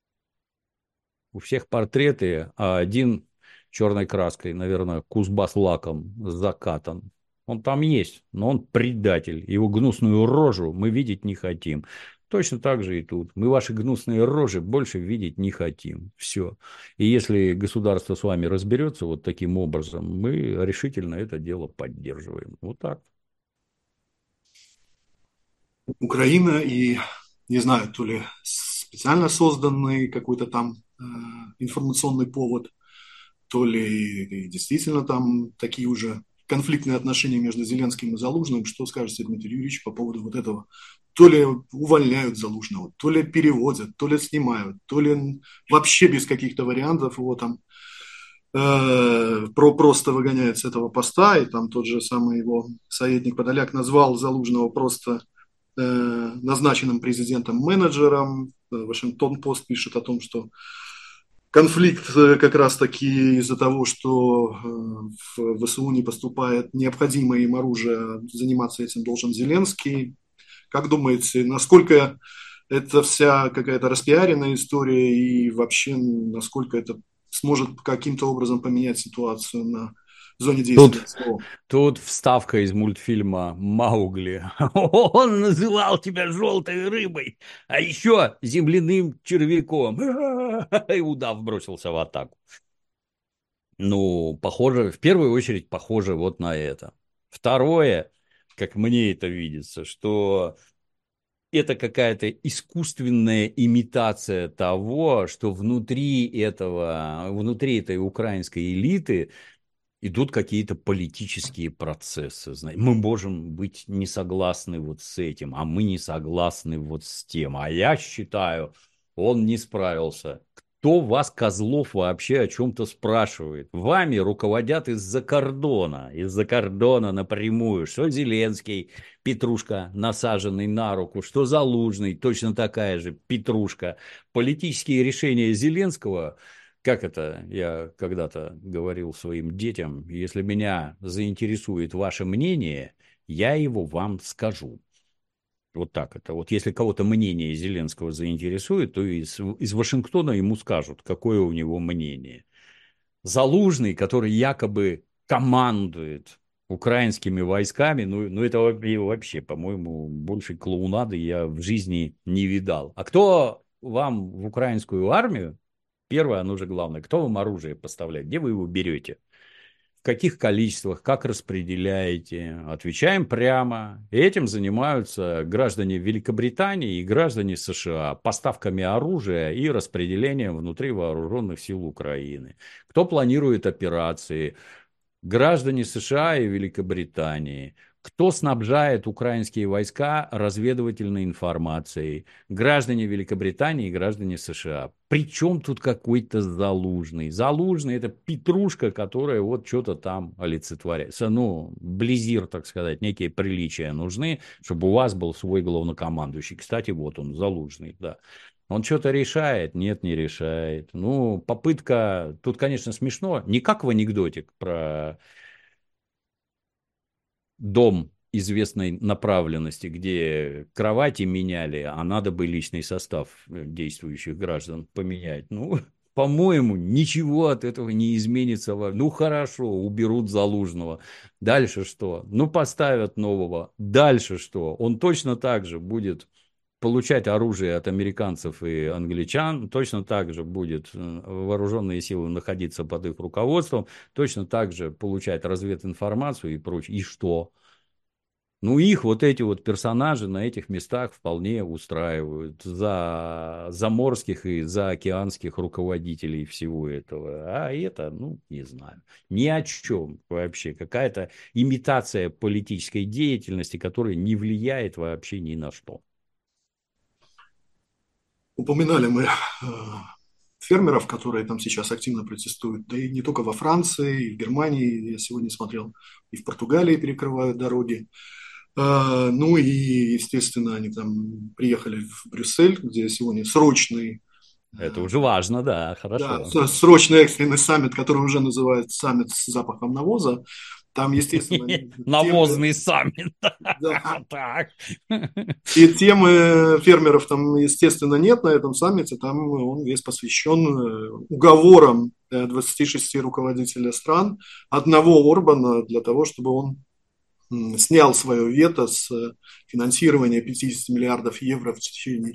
У всех портреты, а один черной краской, наверное, кузбасс лаком закатан. Он там есть, но он предатель. Его гнусную рожу мы видеть не хотим. Точно так же и тут. Мы ваши гнусные рожи больше видеть не хотим. Все. И если государство с вами разберется вот таким образом, мы решительно это дело поддерживаем. Вот так. Украина и, не знаю, то ли специально созданный какой-то там информационный повод, то ли действительно там такие уже конфликтные отношения между Зеленским и Залужным. Что скажете, Дмитрий Юрьевич, по поводу вот этого? То ли увольняют Залужного, то ли переводят, то ли снимают, то ли вообще без каких-то вариантов его там просто выгоняет с этого поста, и там тот же самый его советник Подоляк назвал Залужного просто назначенным президентом менеджером. Вашингтон-Пост пишет о том, что конфликт как раз-таки из-за того, что в ВСУ не поступает необходимое им оружие, заниматься этим должен Зеленский. Как думаете, насколько это вся какая-то распиаренная история и вообще насколько это сможет каким-то образом поменять ситуацию на зоне действия Тут СВО? Тут вставка из мультфильма «Маугли». Он называл тебя желтой рыбой, а еще земляным червяком. И удав бросился в атаку. Ну, похоже, в первую очередь, похоже вот на это. Второе, как мне это видится, что это какая-то искусственная имитация того, что внутри этой украинской элиты идут какие-то политические процессы. Мы можем быть не согласны вот с этим, а мы не согласны вот с тем. А я считаю, он не справился. Кто вас, козлов, вообще о чем-то спрашивает? Вами руководят из-за кордона напрямую. Что Зеленский, петрушка, насаженный на руку, что Залужный, точно такая же петрушка. Политические решения Зеленского, как это я когда-то говорил своим детям, если меня заинтересует ваше мнение, я его вам скажу. Вот так это. Вот если кого-то мнение Зеленского заинтересует, то из Вашингтона ему скажут, какое у него мнение. Залужный, который якобы командует украинскими войсками, ну это вообще, по-моему, больше клоунады я в жизни не видал. А кто вам в украинскую армию, первое, оно же главное, кто вам оружие поставляет, где вы его берете? В каких количествах, как распределяете? Отвечаем прямо. Этим занимаются граждане Великобритании и граждане США поставками оружия и распределением внутри вооруженных сил Украины. Кто планирует операции? Граждане США и Великобритании. Кто снабжает украинские войска разведывательной информацией? Граждане Великобритании и граждане США. Причем тут какой-то Залужный? Залужный — это петрушка, которая вот что-то там олицетворяет. Ну, близир, так сказать, некие приличия нужны, чтобы у вас был свой главнокомандующий. Кстати, вот он, Залужный, да. Он что-то решает? Нет, не решает. Ну, попытка, тут, конечно, смешно, не как в анекдоте про дом известной направленности, где кровати меняли, а надо бы личный состав действующих граждан поменять. Ну, по-моему, ничего от этого не изменится. Ну, хорошо, уберут Залужного. Дальше что? Ну, поставят нового. Дальше что? Он точно так же будет получать оружие от американцев и англичан, точно так же будет вооруженные силы находиться под их руководством, точно так же получать развединформацию и прочее. И что? Ну, их вот эти вот персонажи на этих местах вполне устраивают за заморских и заокеанских руководителей всего этого. А это, ну, не знаю, ни о чем вообще. Какая-то имитация политической деятельности, которая не влияет вообще ни на что. Упоминали мы фермеров, которые там сейчас активно протестуют, да и не только во Франции, и в Германии, я сегодня смотрел, и в Португалии перекрывают дороги. Ну и, естественно, они там приехали в Брюссель, где сегодня срочный, Это уже важно, да, да, хорошо. срочный экстренный саммит, который уже называют саммит с запахом навоза. Там, естественно, темы, Навозный саммит. да, Так. и темы фермеров там, естественно, нет на этом саммите. Там он весь посвящен уговорам 26 руководителей стран, одного Орбана, для того, чтобы он снял свое вето с финансирования 50 миллиардов евро в течение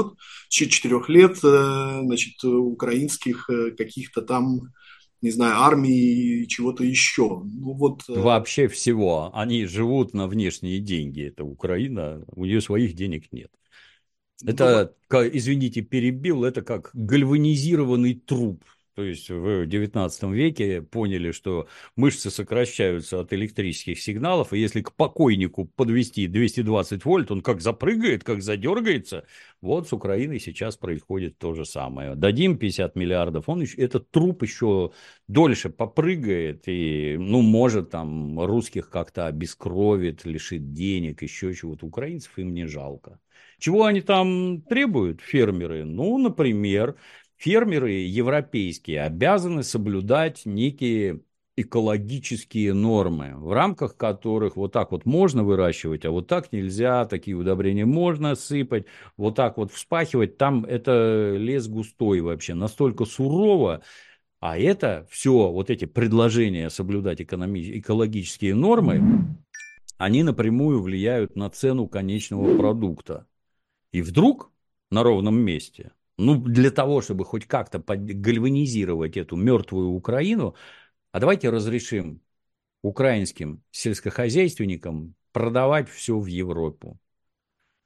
4 лет, значит, украинских каких-то там, не знаю, армий и чего-то еще. Ну вот, Вообще всего. Они живут на внешние деньги. Это Украина, у нее своих денег нет. ну, Это, извините, перебил, это как гальванизированный труп. То есть в XIX веке поняли, что мышцы сокращаются от электрических сигналов, и если к покойнику подвести 220 вольт, он как запрыгает, как задергается. Вот с Украиной сейчас происходит то же самое. Дадим 50 миллиардов, этот труп еще дольше попрыгает, и, ну, может, там, русских как-то обескровит, лишит денег, еще чего-то. Украинцев им не жалко. Чего они там требуют, фермеры? Ну, например, фермеры европейские обязаны соблюдать некие экологические нормы, в рамках которых вот так вот можно выращивать, а вот так нельзя, такие удобрения можно сыпать, вот так вот вспахивать, там это лес густой вообще, настолько сурово, а это все, вот эти предложения соблюдать экологические нормы, они напрямую влияют на цену конечного продукта. И вдруг на ровном месте, ну, для того, чтобы хоть как-то гальванизировать эту мертвую Украину, а давайте разрешим украинским сельскохозяйственникам продавать все в Европу.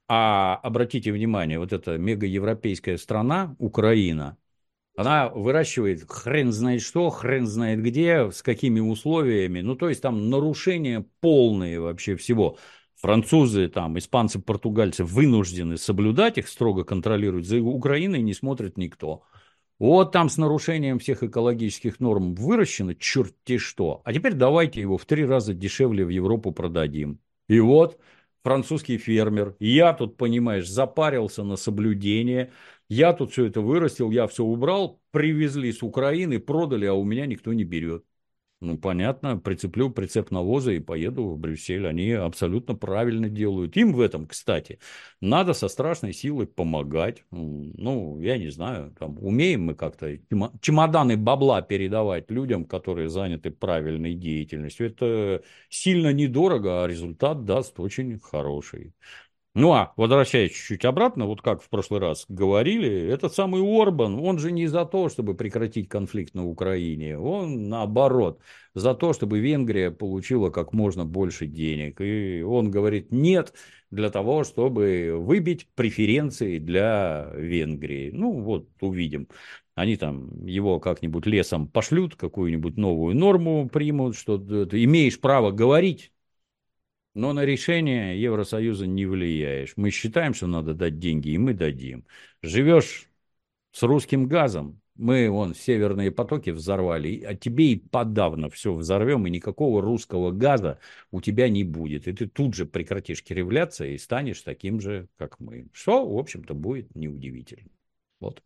А обратите внимание, вот эта мегаевропейская страна, Украина, она выращивает хрен знает что, хрен знает где, с какими условиями. Ну, то есть там нарушения полные вообще всего. Французы, там, испанцы, португальцы вынуждены соблюдать их, строго контролировать. За Украиной не смотрит никто. Вот там с нарушением всех экологических норм выращено черти что. А теперь давайте его в 3 раза дешевле в Европу продадим. И вот французский фермер, я тут, понимаешь, запарился на соблюдение, я тут все это вырастил, я все убрал, привезли с Украины, продали, а у меня никто не берет. Ну, понятно, прицеплю прицеп навоза и поеду в Брюссель. Они абсолютно правильно делают. Им в этом, кстати, надо со страшной силой помогать. Ну, я не знаю, там, умеем мы как-то чемоданы бабла передавать людям, которые заняты правильной деятельностью. Это сильно недорого, а результат даст очень хороший. Ну, а возвращаясь чуть-чуть обратно, вот как в прошлый раз говорили, этот самый Орбан, он же не за то, чтобы прекратить конфликт на Украине, он наоборот, за то, чтобы Венгрия получила как можно больше денег. И он говорит нет для того, чтобы выбить преференции для Венгрии. Ну, вот увидим. Они там его как-нибудь лесом пошлют, какую-нибудь новую норму примут, что ты имеешь право говорить, но на решение Евросоюза не влияешь. Мы считаем, что надо дать деньги, и мы дадим. Живешь с русским газом, мы вон северные потоки взорвали, а тебе и подавно все взорвем, и никакого русского газа у тебя не будет. И ты тут же прекратишь кривляться и станешь таким же, как мы. Что, в общем-то, будет неудивительно. Вот.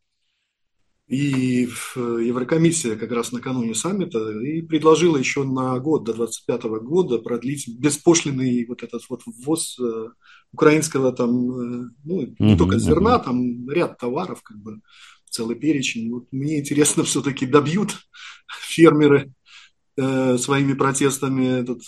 И Еврокомиссия как раз накануне саммита и предложила еще на год, до 2025 года, продлить беспошлинный вот этот вот ввоз украинского там, ну, не Мгм, только зерна, мгм. там ряд товаров, как бы целый перечень. Вот мне интересно, все-таки добьют фермеры своими протестами этот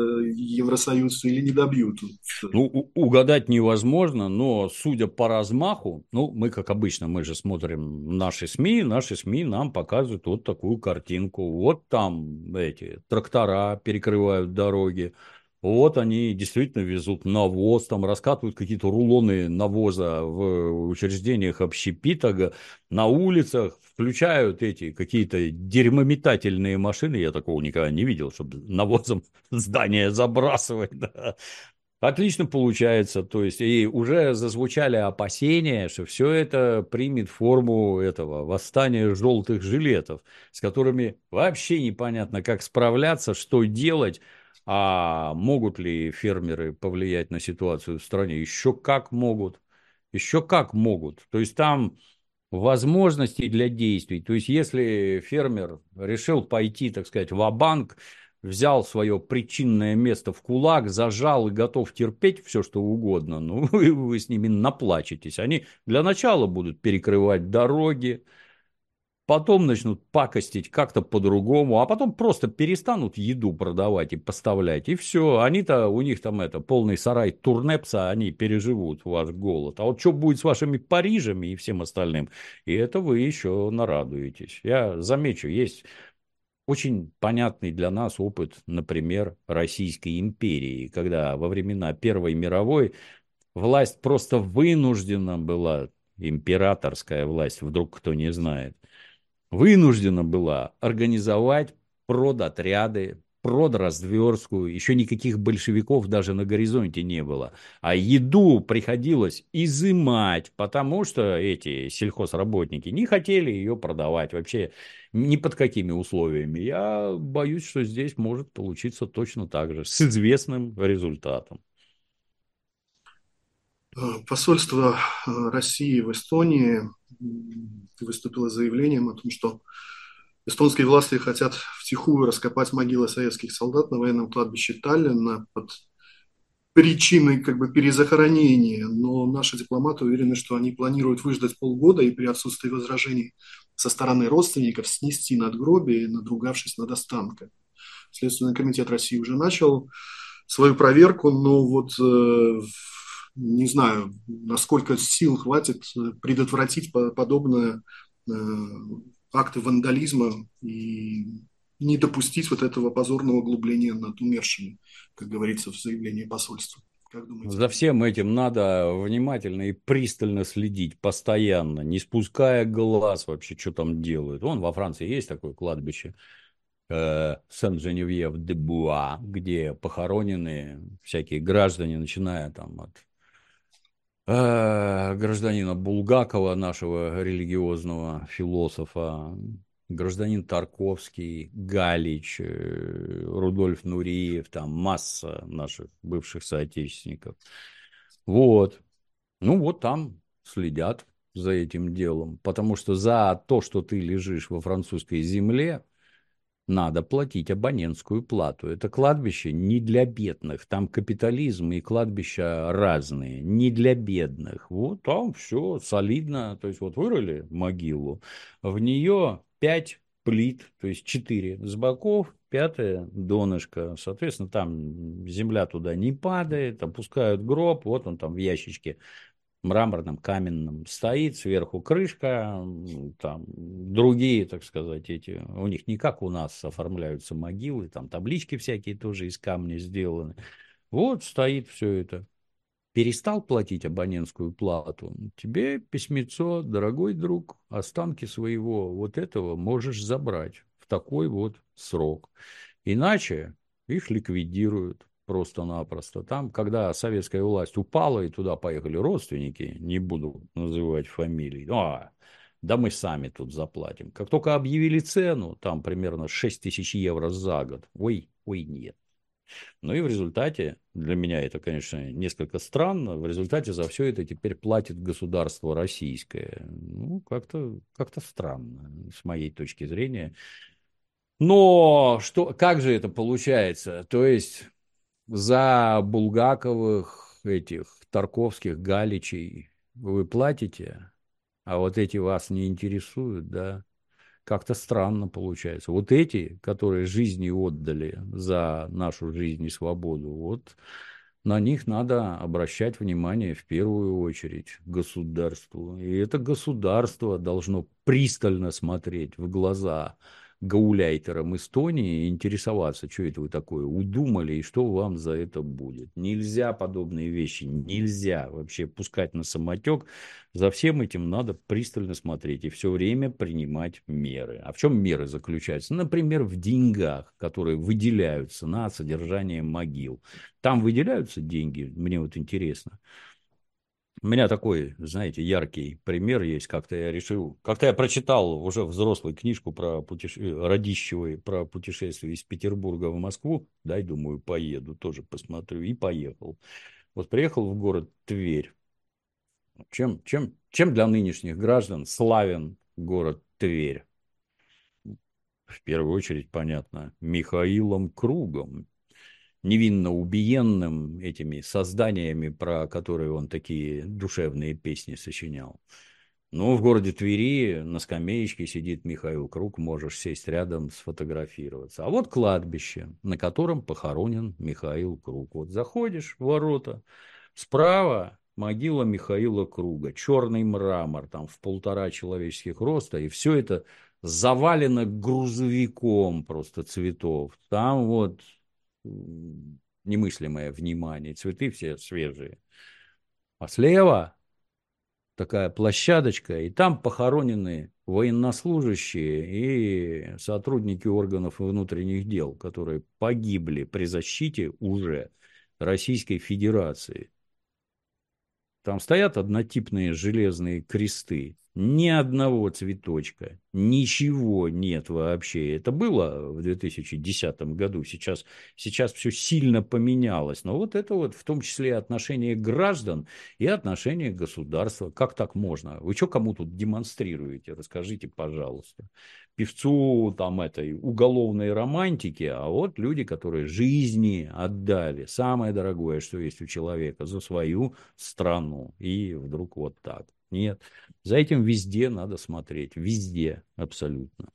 Евросоюз или не добьют? Вот. Ну, угадать невозможно, но судя по размаху, ну, мы, как обычно, мы же смотрим наши СМИ нам показывают вот такую картинку. Вот там эти трактора перекрывают дороги, вот они действительно везут навоз, там раскатывают какие-то рулоны навоза в учреждениях общепита, на улицах включают эти какие-то дерьмометательные машины. Я такого никогда не видел, чтобы навозом здание забрасывать. Да. Отлично получается, то есть и уже зазвучали опасения, что все это примет форму этого восстания желтых жилетов, с которыми вообще непонятно, как справляться, что делать, а могут ли фермеры повлиять на ситуацию в стране? Еще как могут, еще как могут. То есть там возможностей для действий. То есть, если фермер решил пойти, так сказать, ва-банк, взял свое причинное место в кулак, зажал и готов терпеть все, что угодно, ну, вы с ними наплачетесь. Они для начала будут перекрывать дороги, потом начнут пакостить как-то по-другому, а потом просто перестанут еду продавать и поставлять, и все. Они-то, у них там это, полный сарай турнепса, они переживут ваш голод. А вот что будет с вашими Парижами и всем остальным, и это вы еще нарадуетесь. Я замечу, есть очень понятный для нас опыт, например, Российской империи, когда во времена Первой мировой власть просто вынуждена была, императорская власть, вдруг кто не знает, вынуждена была организовать продотряды, продразверстку, еще никаких большевиков даже на горизонте не было. А еду приходилось изымать, потому что эти сельхозработники не хотели ее продавать вообще ни под какими условиями. Я боюсь, что здесь может получиться точно так же, с известным результатом. Посольство России в Эстонии выступило с заявлением о том, что эстонские власти хотят втихую раскопать могилы советских солдат на военном кладбище Таллина под причиной как бы перезахоронения, но наши дипломаты уверены, что они планируют выждать полгода и при отсутствии возражений со стороны родственников снести надгробие, надругавшись над останками. Следственный комитет России уже начал свою проверку, но вот не знаю, насколько сил хватит предотвратить подобное акты вандализма и не допустить вот этого позорного углубления над умершими, как говорится в заявлении посольства. Как думаете, За Евгений всем Юрьевич? этим надо внимательно и пристально следить, постоянно, не спуская глаз вообще, что там делают. Вон во Франции есть такое кладбище, Сен-Женевьев-де-Буа, где похоронены всякие граждане, начиная там от гражданина Булгакова, нашего религиозного философа, гражданин Тарковский, Галич, Рудольф Нуриев, там масса наших бывших соотечественников. Вот. Ну, вот там следят за этим делом, потому что за то, что ты лежишь во французской земле, надо платить абонентскую плату. Это кладбище не для бедных. Там капитализм и кладбища разные. Не для бедных. Вот там все солидно. То есть вот вырыли могилу, в нее 5 плит, то есть 4 с боков, пятое донышко. Соответственно, там земля туда не падает, опускают гроб, вот он там в ящичке мраморном, каменном стоит, сверху крышка, там другие, так сказать, эти, у них не как у нас оформляются могилы, там таблички всякие тоже из камня сделаны. Вот стоит все это. Перестал платить абонентскую плату, тебе письмецо, дорогой друг, останки своего вот этого можешь забрать в такой вот срок. Иначе их ликвидируют просто-напросто. Там, когда советская власть упала, и туда поехали родственники, не буду называть фамилии, да мы сами тут заплатим. Как только объявили цену, там примерно 6 тысяч евро за год, ой, нет. Ну и в результате, для меня это, конечно, несколько странно, в результате за все это теперь платит государство российское. Ну, как-то странно, с моей точки зрения. Но что, как же это получается? То есть за Булгаковых, этих Тарковских, Галичей вы платите, а вот эти вас не интересуют, да? Как-то странно получается. Вот эти, которые жизни отдали за нашу жизнь и свободу, вот на них надо обращать внимание в первую очередь государству. И это государство должно пристально смотреть в глаза гауляйтерам Эстонии и интересоваться, что это вы такое удумали и что вам за это будет. Нельзя подобные вещи, нельзя вообще пускать на самотек. За всем этим надо пристально смотреть и все время принимать меры. А в чем меры заключаются? Например, в деньгах, которые выделяются на содержание могил. Там выделяются деньги, мне вот интересно. У меня такой, знаете, яркий пример есть. Как-то я прочитал уже взрослую книжку про Радищевой, про путешествие из Петербурга в Москву. Дай, думаю, поеду, тоже посмотрю. И поехал. Вот приехал в город Тверь. Чем для нынешних граждан славен город Тверь? В первую очередь, понятно, Михаилом Кругом, невинно убиенным этими созданиями, про которые он такие душевные песни сочинял. Ну, в городе Твери на скамеечке сидит Михаил Круг, можешь сесть рядом, сфотографироваться. А вот кладбище, на котором похоронен Михаил Круг. Вот заходишь в ворота, справа могила Михаила Круга, черный мрамор, там в 1,5 человеческих роста, и все это завалено грузовиком просто цветов. Там вот немыслимое внимание, цветы все свежие. А слева такая площадочка, и там похоронены военнослужащие и сотрудники органов внутренних дел, которые погибли при защите уже Российской Федерации. Там стоят однотипные железные кресты, ни одного цветочка, ничего нет вообще. Это было в 2010 году, сейчас все сильно поменялось. Но вот это вот в том числе отношение граждан и отношение государства. Как так можно? Вы что кому тут демонстрируете? Расскажите, пожалуйста. Певцу там этой уголовной романтики, а вот люди, которые жизни отдали, самое дорогое, что есть у человека, за свою страну. И вдруг вот так. Нет. За этим везде надо смотреть. Везде абсолютно.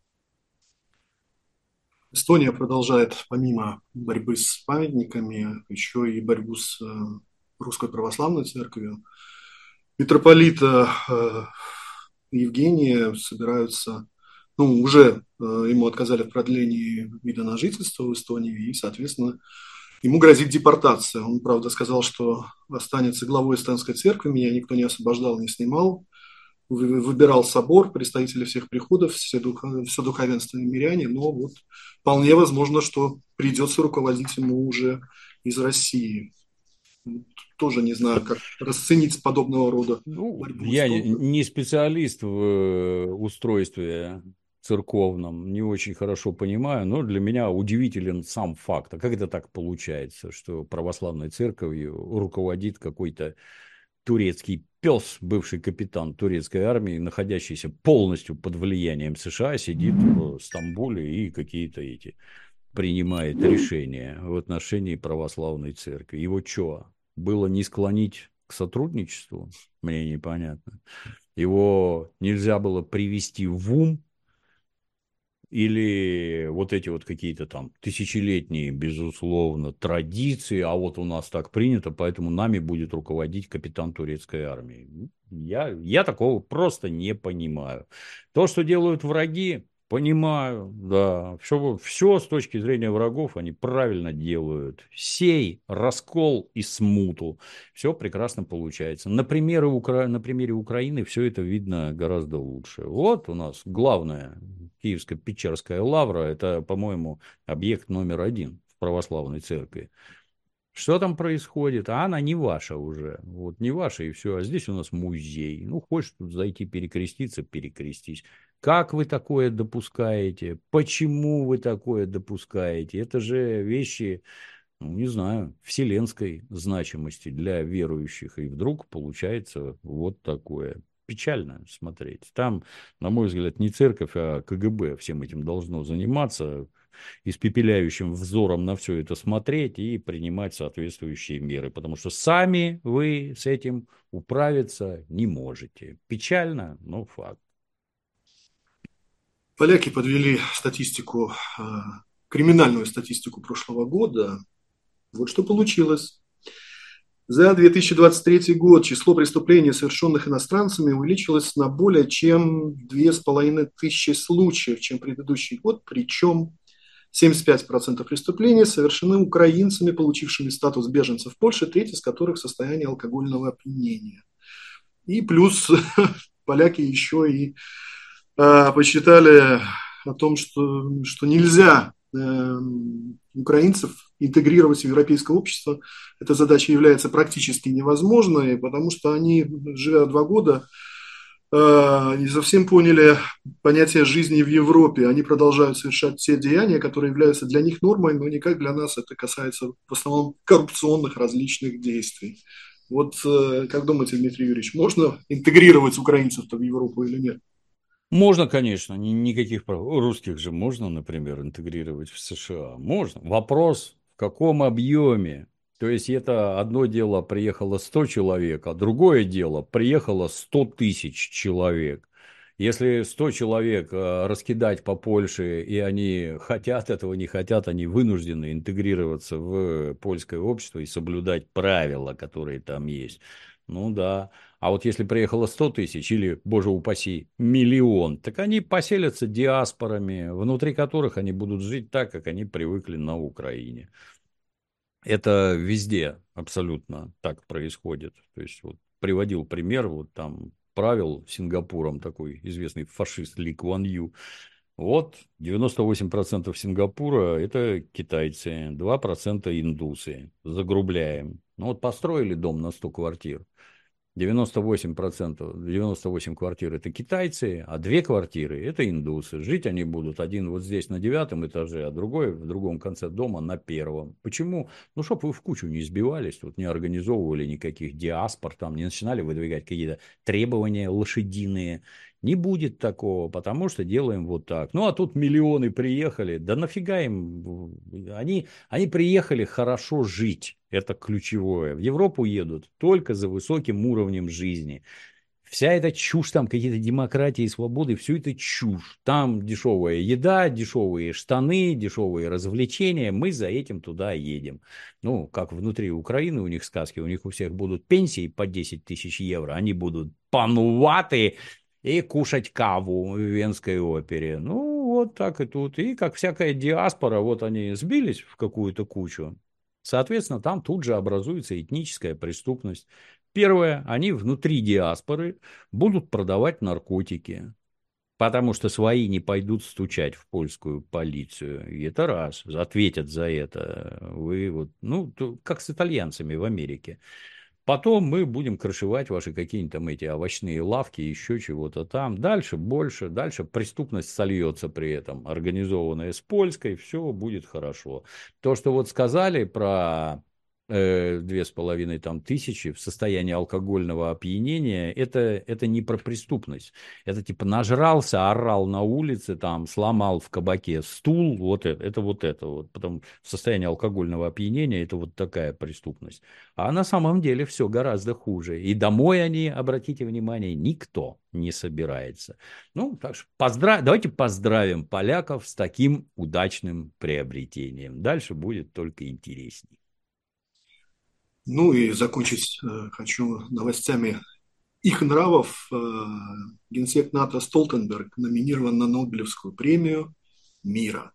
Эстония продолжает, помимо борьбы с памятниками, еще и борьбу с Русской Православной Церковью. Митрополита Евгения собираются, ну, уже ему отказали в продлении вида на жительство в Эстонии, и, соответственно, ему грозит депортация. Он, правда, сказал, что останется главой эстонской церкви, меня никто не освобождал, не снимал. Выбирал собор, представители всех приходов, все духовенство и миряне, но вот вполне возможно, что придется руководить ему уже из России. Тоже не знаю, как расценить подобного рода Ну, борьбу я эстонцев. не специалист в устройстве церковном, не очень хорошо понимаю, но для меня удивителен сам факт. А как это так получается, что православной церковью руководит какой-то турецкий пес, бывший капитан турецкой армии, находящийся полностью под влиянием США, сидит в Стамбуле и какие-то эти принимает решения в отношении православной церкви. Его что, было не склонить к сотрудничеству? Мне непонятно. Его нельзя было привести в ум, или вот эти вот какие-то там тысячелетние, безусловно, традиции, а вот у нас так принято, поэтому нами будет руководить капитан турецкой армии. Я такого просто не понимаю. То, что делают враги, понимаю, да. Все с точки зрения врагов они правильно делают. Сей, раскол и смуту. Все прекрасно получается. На примере Украины все это видно гораздо лучше. Вот у нас главное Киевско-Печерская лавра, это, по-моему, объект номер один в православной церкви. Что там происходит? А она не ваша уже. Вот не ваша и все. А здесь у нас музей. Ну, хочешь тут зайти перекреститься, перекрестись. Как вы такое допускаете? Почему вы такое допускаете? Это же вещи, ну, не знаю, вселенской значимости для верующих. И вдруг получается вот такое. Печально смотреть. Там, на мой взгляд, не церковь, а КГБ всем этим должно заниматься, испепеляющим взором на все это смотреть и принимать соответствующие меры. Потому что сами вы с этим управиться не можете. Печально, но факт. Поляки подвели статистику, криминальную статистику прошлого года. Вот что получилось. За 2023 год число преступлений, совершенных иностранцами, увеличилось на более чем 2500 случаев, чем предыдущий год, причем 75% преступлений совершены украинцами, получившими статус беженцев в Польше, треть из которых в состоянии алкогольного опьянения. И плюс поляки еще и посчитали о том, что нельзя украинцев интегрировать в европейское общество. Эта задача является практически невозможной, потому что они, живя 2 года, не совсем поняли понятие жизни в Европе. Они продолжают совершать те деяния, которые являются для них нормой, но никак для нас это касается в основном коррупционных различных действий. Вот как думаете, Дмитрий Юрьевич, можно интегрировать украинцев-то в Европу или нет? Можно, конечно, никаких прав. Русских же можно, например, интегрировать в США. Можно. Вопрос, в каком объеме. То есть, это одно дело приехало 100 человек, а другое дело приехало 100 тысяч человек. Если 100 человек раскидать по Польше, и они хотят этого, не хотят, они вынуждены интегрироваться в польское общество и соблюдать правила, которые там есть. Ну да. А вот если приехало 100 тысяч или, боже упаси, миллион, так они поселятся диаспорами, внутри которых они будут жить так, как они привыкли на Украине. Это везде абсолютно так происходит. То есть, вот приводил пример, вот там правил Сингапуром такой известный фашист Ли Куан Ю. Вот 98% Сингапура – это китайцы, 2% индусы. Загрубляем. Ну вот построили дом на 100 квартир. 98%, 98 квартир – это китайцы, а 2 квартиры – это индусы. Жить они будут один вот здесь на 9 этаже, а другой в другом конце дома на 1. Почему? Ну, чтобы вы в кучу не сбивались, тут не организовывали никаких диаспор, там не начинали выдвигать какие-то требования лошадиные. Не будет такого, потому что делаем вот так. Ну, а тут миллионы приехали. Да нафига им? Они приехали хорошо жить. Это ключевое. В Европу едут только за высоким уровнем жизни. Вся эта чушь, там какие-то демократии и свободы, все это чушь. Там дешевая еда, дешевые штаны, дешевые развлечения. Мы за этим туда едем. Ну, как внутри Украины у них сказки, у них у всех будут пенсии по 10 тысяч евро. Они будут пануваты и кушать каву в Венской опере. Ну, вот так и тут. И как всякая диаспора, вот они сбились в какую-то кучу. Соответственно, там тут же образуется этническая преступность. Первое, они внутри диаспоры будут продавать наркотики. Потому что свои не пойдут стучать в польскую полицию. И это раз. Ответят за это. Вы вот, ну, как с итальянцами в Америке. Потом мы будем крышевать ваши какие-нибудь там эти овощные лавки, еще чего-то там. Дальше больше, дальше преступность сольется при этом, организованная с польской, все будет хорошо. То, что вот сказали про 2500 в состоянии алкогольного опьянения, это не про преступность. Это типа нажрался, орал на улице, там, сломал в кабаке стул, вот это вот это вот. Потом в состоянии алкогольного опьянения это вот такая преступность. А на самом деле все гораздо хуже. И домой они, обратите внимание, никто не собирается. Ну, так что давайте поздравим поляков с таким удачным приобретением. Дальше будет только интересней. Ну и закончить хочу новостями их нравов. Генсек НАТО Столтенберг номинирован на Нобелевскую премию мира.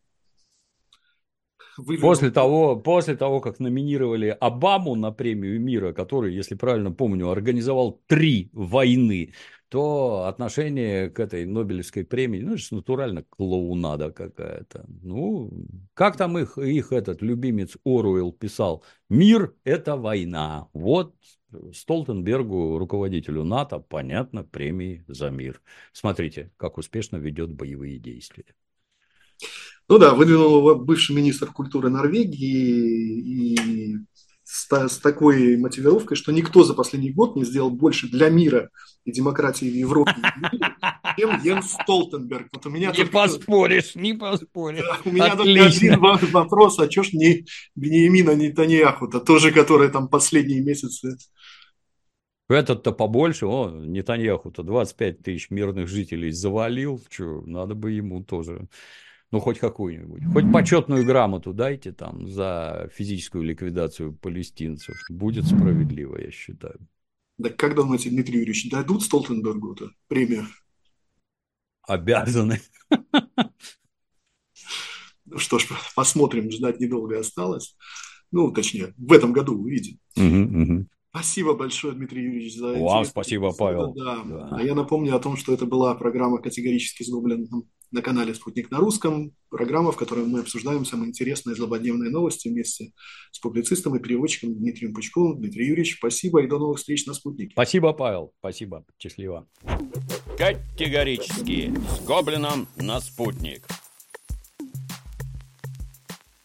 После Выдвинул... того, как номинировали Обаму на премию мира, который, если правильно помню, организовал 3 войны, то отношение к этой Нобелевской премии, ну, это же натурально клоунада какая-то. Ну, как там их этот любимец Оруэлл писал, мир – это война. Вот Столтенбергу, руководителю НАТО, понятно, премии за мир. Смотрите, как успешно ведет боевые действия. Ну да, выдвинул его бывший министр культуры Норвегии и с такой мотивировкой, что никто за последний год не сделал больше для мира и демократии в Европе и в мире, чем Йенс Столтенберг. Вот у меня Не поспоришь, не поспоришь. да, у меня только Отлично. один вопрос, а чё ж не Беньямина Нетаньяху-то тоже, который там последние месяцы... Этот-то побольше, Нетаньяху-то 25 тысяч мирных жителей завалил, что, надо бы ему тоже, ну, хоть какую-нибудь, хоть почетную грамоту дайте там за физическую ликвидацию палестинцев, будет справедливо, я считаю. Да как думаете, Дмитрий Юрьевич, дадут Столтенбергу-то премию? Обязаны. Ну что ж, посмотрим, ждать недолго осталось. Ну, точнее, в этом году увидим. Угу. Спасибо большое, Дмитрий Юрьевич, за Вам интересную спасибо, беседу. Павел. Да. А Да. я напомню о том, что это была программа «Категорически с Гоблином» на канале «Спутник на русском». Программа, в которой мы обсуждаем самые интересные злободневные новости вместе с публицистом и переводчиком Дмитрием Пучковым. Дмитрий Юрьевич, спасибо и до новых встреч на «Спутнике». Спасибо, Павел. Спасибо. Счастливо. Категорически с Гоблином на спутник.